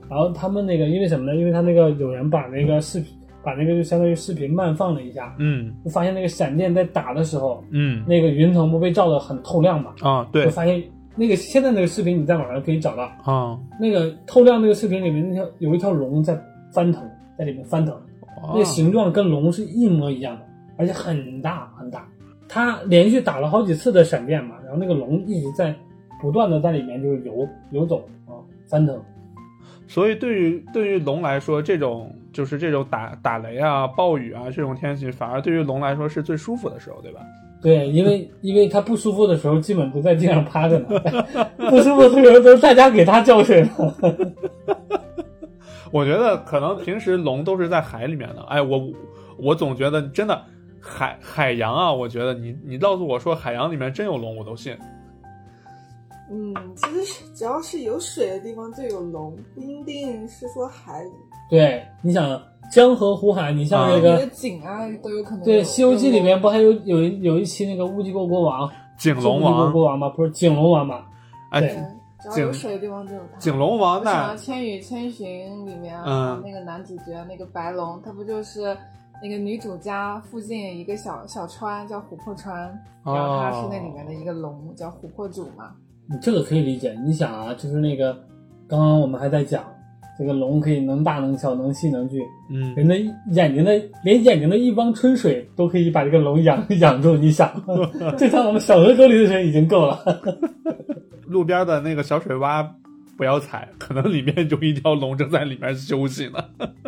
然后他们那个因为什么呢？因为他那个有人把那个视频，把那个就相当于视频慢放了一下， 嗯， 就发现那个闪电在打的时候， 嗯， 那个云层不被照得很透亮嘛？ 啊，对， 就发现那个现在那个视频你在网上可以找到啊， 那个透亮那个视频里面那条有一条龙在翻腾，在里面翻腾， 哦、 那个形状跟龙是一模一样的，而且很大很大。它连续打了好几次的闪电嘛，然后那个龙一直在不断的在里面就是游游走啊翻腾。 所以对于对于龙来说，这种就是这种打打雷啊、暴雨啊这种天气，反而对于龙来说是最舒服的时候，对吧？ 对，因为因为它不舒服的时候，基本都在地上趴着呢；不舒服的时候，都是大家给它浇水呢。 我觉得可能平时龙都是在海里面的。哎，我我总觉得真的海海洋啊，我觉得你你告诉我说海洋里面真有龙，我都信。 嗯，其实只要是有水的地方就有龙，不一定是说海里。 对，你想江河湖海，你像那个、 啊、井啊都有可能有。 对，《西游记》里面不还有有有一期那个乌鸡国国王， 景龙王， 乌鸡国国王吗？不是景龙王吗？ 哎， 对，只要有水的地方就有它。 景龙王那， 我想《千与千寻》里面、 嗯、 那个男主角那个白龙，他不就是那个女主家附近有一个小小川叫琥珀川，然后他是那里面的一个龙，叫琥珀主嘛。 你这个可以理解，你想啊，就是那个刚刚我们还在讲这个龙可以能大能小能细能巨， 嗯， 人的眼睛的连眼睛的一汪春水都可以把这个龙养养住，你想这趟我们小河沟里的水已经够了。 路边的那个小水洼不要踩，可能里面有一条龙正在里面休息呢。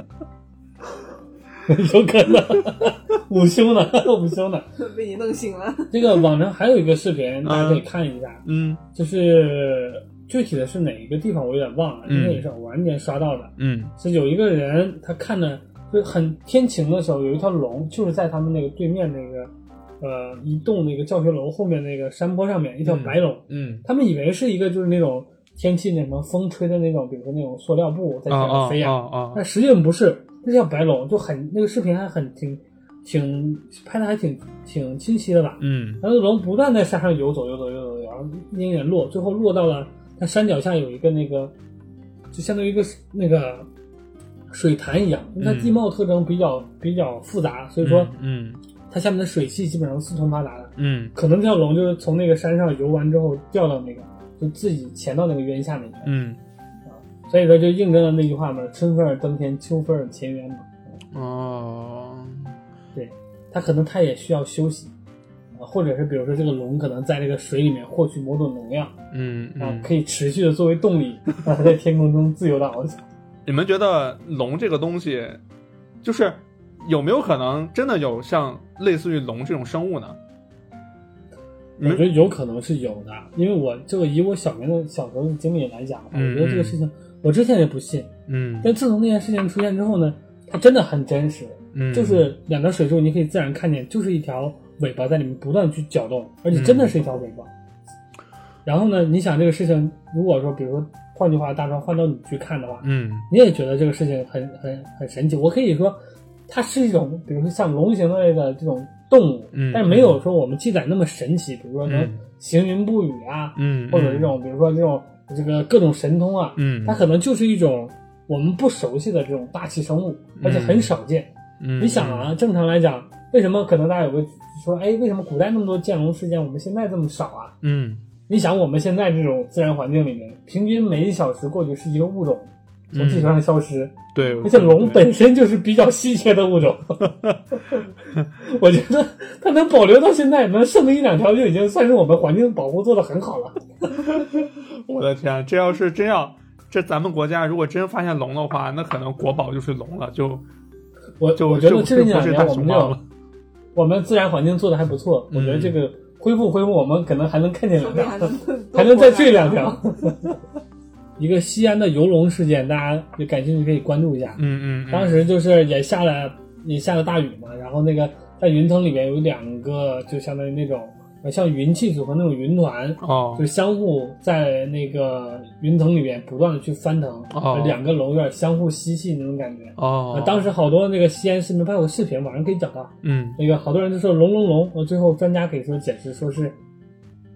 有可能午休呢，午休呢， 被你弄醒了。 这个网上还有一个视频，大家可以看一下， 嗯， 就是具体的是哪一个地方我有点忘了，因为也是偶然间刷到的， 嗯， 是有一个人他看的，就是很天晴的时候，有一条龙就是在他们那个对面那个呃一栋那个教学楼后面那个山坡上面一条白龙， 嗯， 他们以为是一个就是那种天气那什么风吹的那种，比如说那种塑料布在天上飞呀、 啊啊啊， 但实际上不是。那条白龙就很那个视频还很挺挺拍的还挺挺清晰的吧， 嗯， 然后龙不断在山上游走游走游走，然后一点点落，最后落到了它山脚下有一个那个就相当于一个那个水潭一样，因为它地貌特征比较、嗯、比较复杂，所以说嗯， 它下面的水系基本上四通八达的， 嗯， 可能这条龙就是从那个山上游完之后掉到那个就自己潜到那个渊下面去， 嗯。 所以说就印证了那句话嘛，春分而登天，秋分而潜渊嘛。 哦， 对，它可能它也需要休息，啊，或者是比如说这个龙可能在这个水里面获取某种能量， 嗯，嗯啊，可以持续的作为动力，啊，在天空中自由的翱翔。 你们觉得龙这个东西，就是有没有可能真的有像类似于龙这种生物呢？ 我觉得有可能是有的，因为我这个以我小年的小时候的经历来讲的话， 嗯、 我觉得这个事情。我之前也不信， 嗯， 但自从那件事情出现之后呢，它真的很真实， 嗯， 就是两条水柱你可以自然看见，就是一条尾巴在里面不断去搅动，而且真的是一条尾巴。嗯、然后呢，你想这个事情，如果说比如说换句话，大壮换到你去看的话， 嗯， 你也觉得这个事情很很很神奇。我可以说，它是一种，比如说像龙形类的这种动物， 嗯， 但是没有说我们记载那么神奇，比如说能行云布雨啊， 嗯， 或者这种比如说这种。这个各种神通啊， 嗯， 它可能就是一种我们不熟悉的这种大气生物，而且很少见。 嗯， 你想啊，正常来讲，为什么可能大家有个说，哎，为什么古代那么多见龙事件，我们现在这么少啊？ 嗯， 你想我们现在这种自然环境里面，平均每一小时过去是一个物种从地球上消失， 嗯、对， 而且龙本身就是比较稀缺的物种。我觉得它能保留到现在，能剩个一两条就已经算是我们环境保护做得很好了。 我的天，这要是真要，这咱们国家如果真发现龙的话，那可能国宝就是龙了。就我就我觉得这两年我们这种我们自然环境做的还不错， 嗯、 我觉得这个恢复恢复，我们可能还能看见两条， 还能还能再坠两条。一个西安的游龙事件，大家有感兴趣可以关注一下。 嗯 嗯, 嗯， 当时就是也下了也下了大雨嘛，然后那个在云层里面有两个，就相当于那种像云气组合那种云团， 哦， 就相互在那个云层里面不断的去翻腾， 哦， 两个龙有点相互吸气那种感觉。 哦， 呃、当时好多那个西安市民拍过视频，网上可以找到。 嗯， 那个好多人就说龙龙龙，呃，最后专家给说解释说是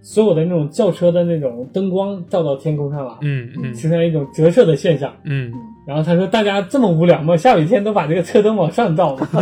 所有的那种轿车的那种灯光照到天空上了， 嗯嗯出现了一种折射的现象。 嗯， 然后他说：“大家这么无聊吗？下雨天都把这个车灯往上照吗？”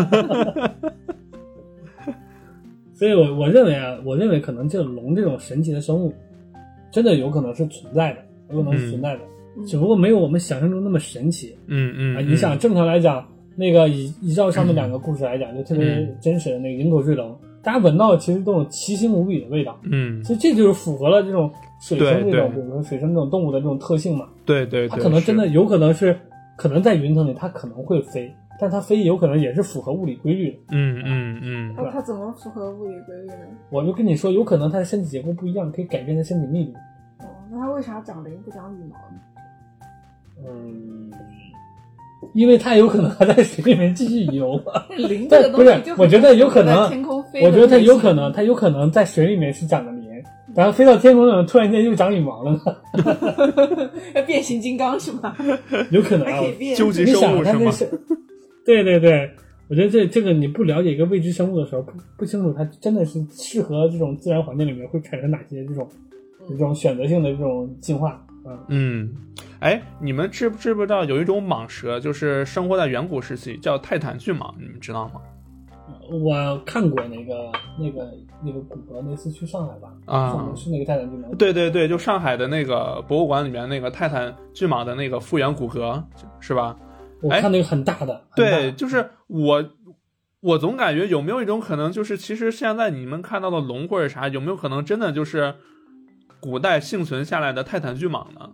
所以我我认为啊，我认为可能这龙这种神奇的生物，真的有可能是存在的，有可能是存在的， 嗯、 只不过没有我们想象中那么神奇。 嗯嗯， 啊，你想正常来讲，那个以依照上面两个故事来讲，嗯、就特别真实的那个营口坠龙，大家闻到其实都有奇腥无比的味道。 嗯， 其实这就是符合了这种水生这种， 对对比如说水生这种动物的这种特性嘛。 对对对， 它可能真的有可能是，可能在云层里它可能会飞，但它飞有可能也是符合物理规律的。 嗯嗯嗯。 那它怎么符合物理规律呢？ 我就跟你说，有可能它的身体结构不一样，可以改变它身体密度。 哦，那它为啥长鳞不长羽毛呢？ 嗯，因为它有可能还在水里面继续游。 鳞这个东西就不是，我觉得有可能， 天空飞我觉得它有可能，它有可能在水里面是长的鳞，然后飞到天空上突然间又长羽毛了呢。 要变形金刚是吗？ 有可能啊， 究极生物是吗？ 对对对，我觉得这这个你不了解一个未知生物的时候，不不清楚它真的是适合这种自然环境里面会产生哪些这种这种选择性的这种进化。嗯嗯，哎，你们知不知不知道有一种蟒蛇，就是生活在远古时期，叫泰坦巨蟒，你们知道吗？ 我看过那个那个那个骨骼，那次去上海吧， 啊， 是那个泰坦巨蟒。 对对对，就上海的那个博物馆里面那个泰坦巨蟒的那个复原骨骼，是吧？ 我看那个很大的。 对，很大就是我我总感觉有没有一种可能，就是其实现在你们看到的龙或者啥，有没有可能真的就是古代幸存下来的泰坦巨蟒呢？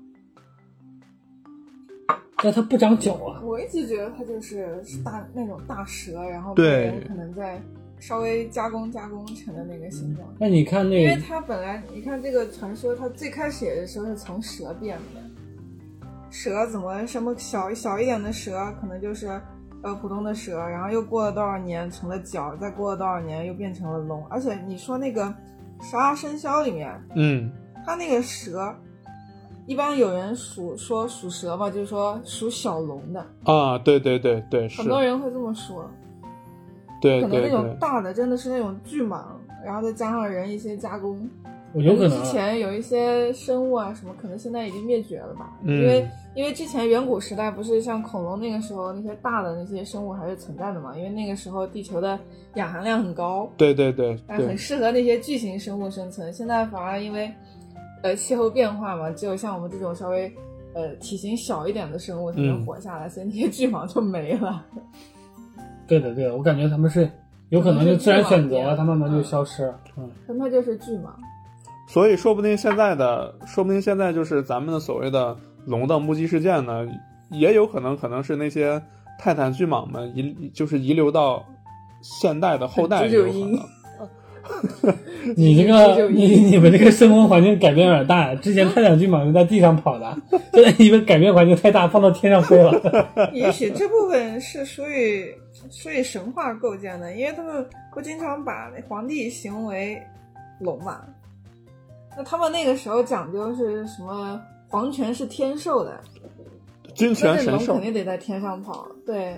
但它不长脚啊！ 我一直觉得它就是大那种大蛇，然后对人可能在稍微加工加工成的那个形状。 那你看那个， 因为它本来你看这个传说，它最开始的时候是从蛇变的。蛇怎么什么小小一点的蛇，可能就是呃普通的蛇，然后又过了多少年成了角，再过了多少年又变成了龙。而且你说那个《十二生肖》里面， 嗯， 它那个蛇。一般有人属说属蛇嘛，就是说属小龙的啊，对对对对， 很多人会这么说。 对， 可能那种大的真的是那种巨蟒，然后再加上人一些加工。 我有可能、啊、 之前有一些生物啊什么，可能现在已经灭绝了吧？ 嗯、 因为因为之前远古时代不是像恐龙那个时候那些大的那些生物还是存在的嘛？因为那个时候地球的氧含量很高， 对对对， 但很适合那些巨型生物生存。现在反而因为呃，气候变化嘛，只有像我们这种稍微呃体型小一点的生物才能活下来，嗯、所以那些巨蟒就没了。 对的，对的，我感觉他们是有可能就自然选择了，它慢慢就消失了。嗯， 他们就是巨蟒。 所以说不定现在的，说不定现在就是咱们的所谓的龙的目击事件呢，也有可能可能是那些泰坦巨蟒们遗就是遗留到现代的后代有可能。 你这个你你们这个生活环境改变有点大呀！之前泰坦巨蟒是在地上跑的，现在因为改变环境太大，放到天上飞了。 也许这部分是属于属于神话构建的，因为他们不经常把皇帝形容为龙嘛。那他们那个时候讲究是什么？皇权是天授的， 君权神授， 龙肯定得在天上跑。对，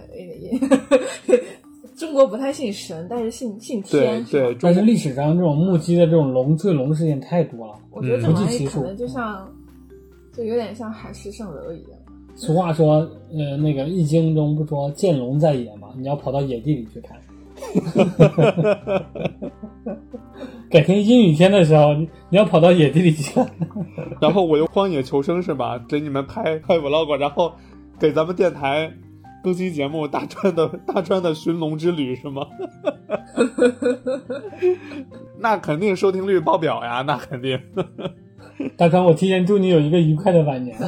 中国不太信神，但是信信天。 对对， 但是历史上这种目击的这种龙坠龙事件太多了， 我觉得这玩意可能就像，就有点像海市蜃楼一样。 俗话说，呃，那个《易经》中不说见龙在野嘛，你要跑到野地里去看。改天阴雨天的时候，你要跑到野地里去看。 然后我用荒野求生是吧？给你们拍拍 vlog， 然后给咱们电台更新节目，大川的大川的寻龙之旅是吗？那肯定收听率爆表呀，那肯定。 大川，我提前祝你有一个愉快的晚年。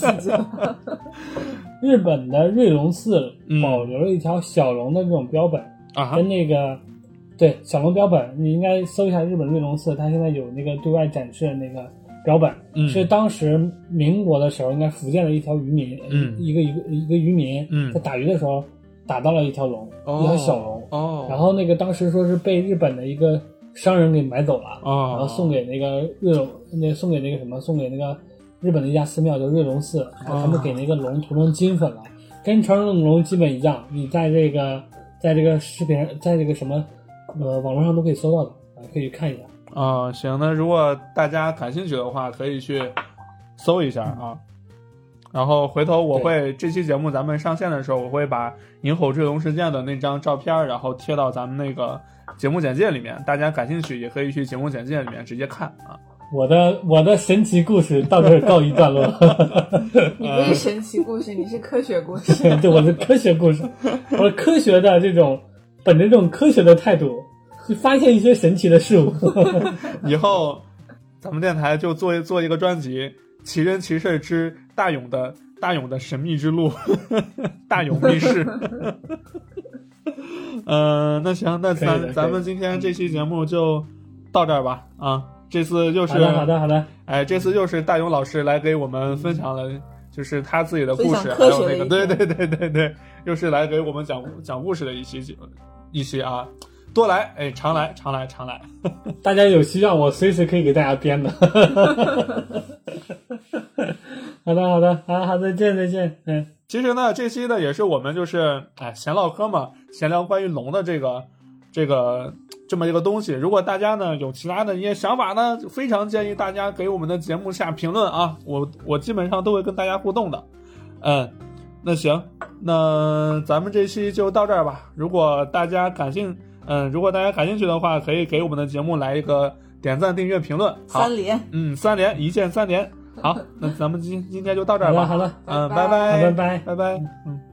日本的瑞龙寺保留了一条小龙的这种标本， 啊、 跟那个对小龙标本，你应该搜一下日本瑞龙寺，它现在有那个对外展示的那个标本， 嗯、 是当时民国的时候，应该福建的一条渔民， 嗯、 一个一个一个渔民， 嗯、在打鱼的时候打到了一条龙， 哦、 一条小龙， 哦， 然后那个当时说是被日本的一个商人给买走了， 哦、 然后送给那个瑞龙，那送给那个什么，送给那个日本的一家寺庙叫瑞龙寺，然后他们给那个龙涂成金粉了，跟传统龙基本一样，你在这个在这个视频，在这个什么呃网络上都可以搜到的，啊，可以看一下。 啊、呃，行，那如果大家感兴趣的话，可以去搜一下啊。然后回头我会这期节目咱们上线的时候，我会把萤火坠龙事件的那张照片，然后贴到咱们那个节目简介里面，大家感兴趣也可以去节目简介里面直接看啊。 我的我的神奇故事到这儿告一段落。 你不是神奇故事，你是科学故事。 对，我是科学故事，我是科学的这种，本着这种科学的态度，去发现一些神奇的事物。 以后咱们电台就做做一个专辑《奇人奇事之大勇的大勇的神秘之路》，大勇密室。呃，那行，那咱咱们今天这期节目就到这儿吧。啊，这次又是好的好的好的， 哎，这次又是大勇老师来给我们分享了，就是他自己的故事， 还有那个，对对对对对，又是来给我们讲讲故事的一期一期啊。多来，哎，常来，常来，常来。 大家有需要，我随时可以给大家编的。好的，好的，好好，再见，再见。嗯， 其实呢，这期呢也是我们就是哎闲唠嗑嘛，闲聊关于龙的这个这个这么一个东西。如果大家呢有其他的一些想法呢，非常建议大家给我们的节目下评论啊，我我基本上都会跟大家互动的。嗯，那行，那咱们这期就到这儿吧。如果大家感兴嗯，如果大家感兴趣的话，可以给我们的节目来一个点赞、订阅、评论。 三连， 嗯，三连，一键三连。好，那咱们今今天就到这儿吧。 好了，好了， 嗯， 拜拜拜， 拜拜， 拜拜，嗯。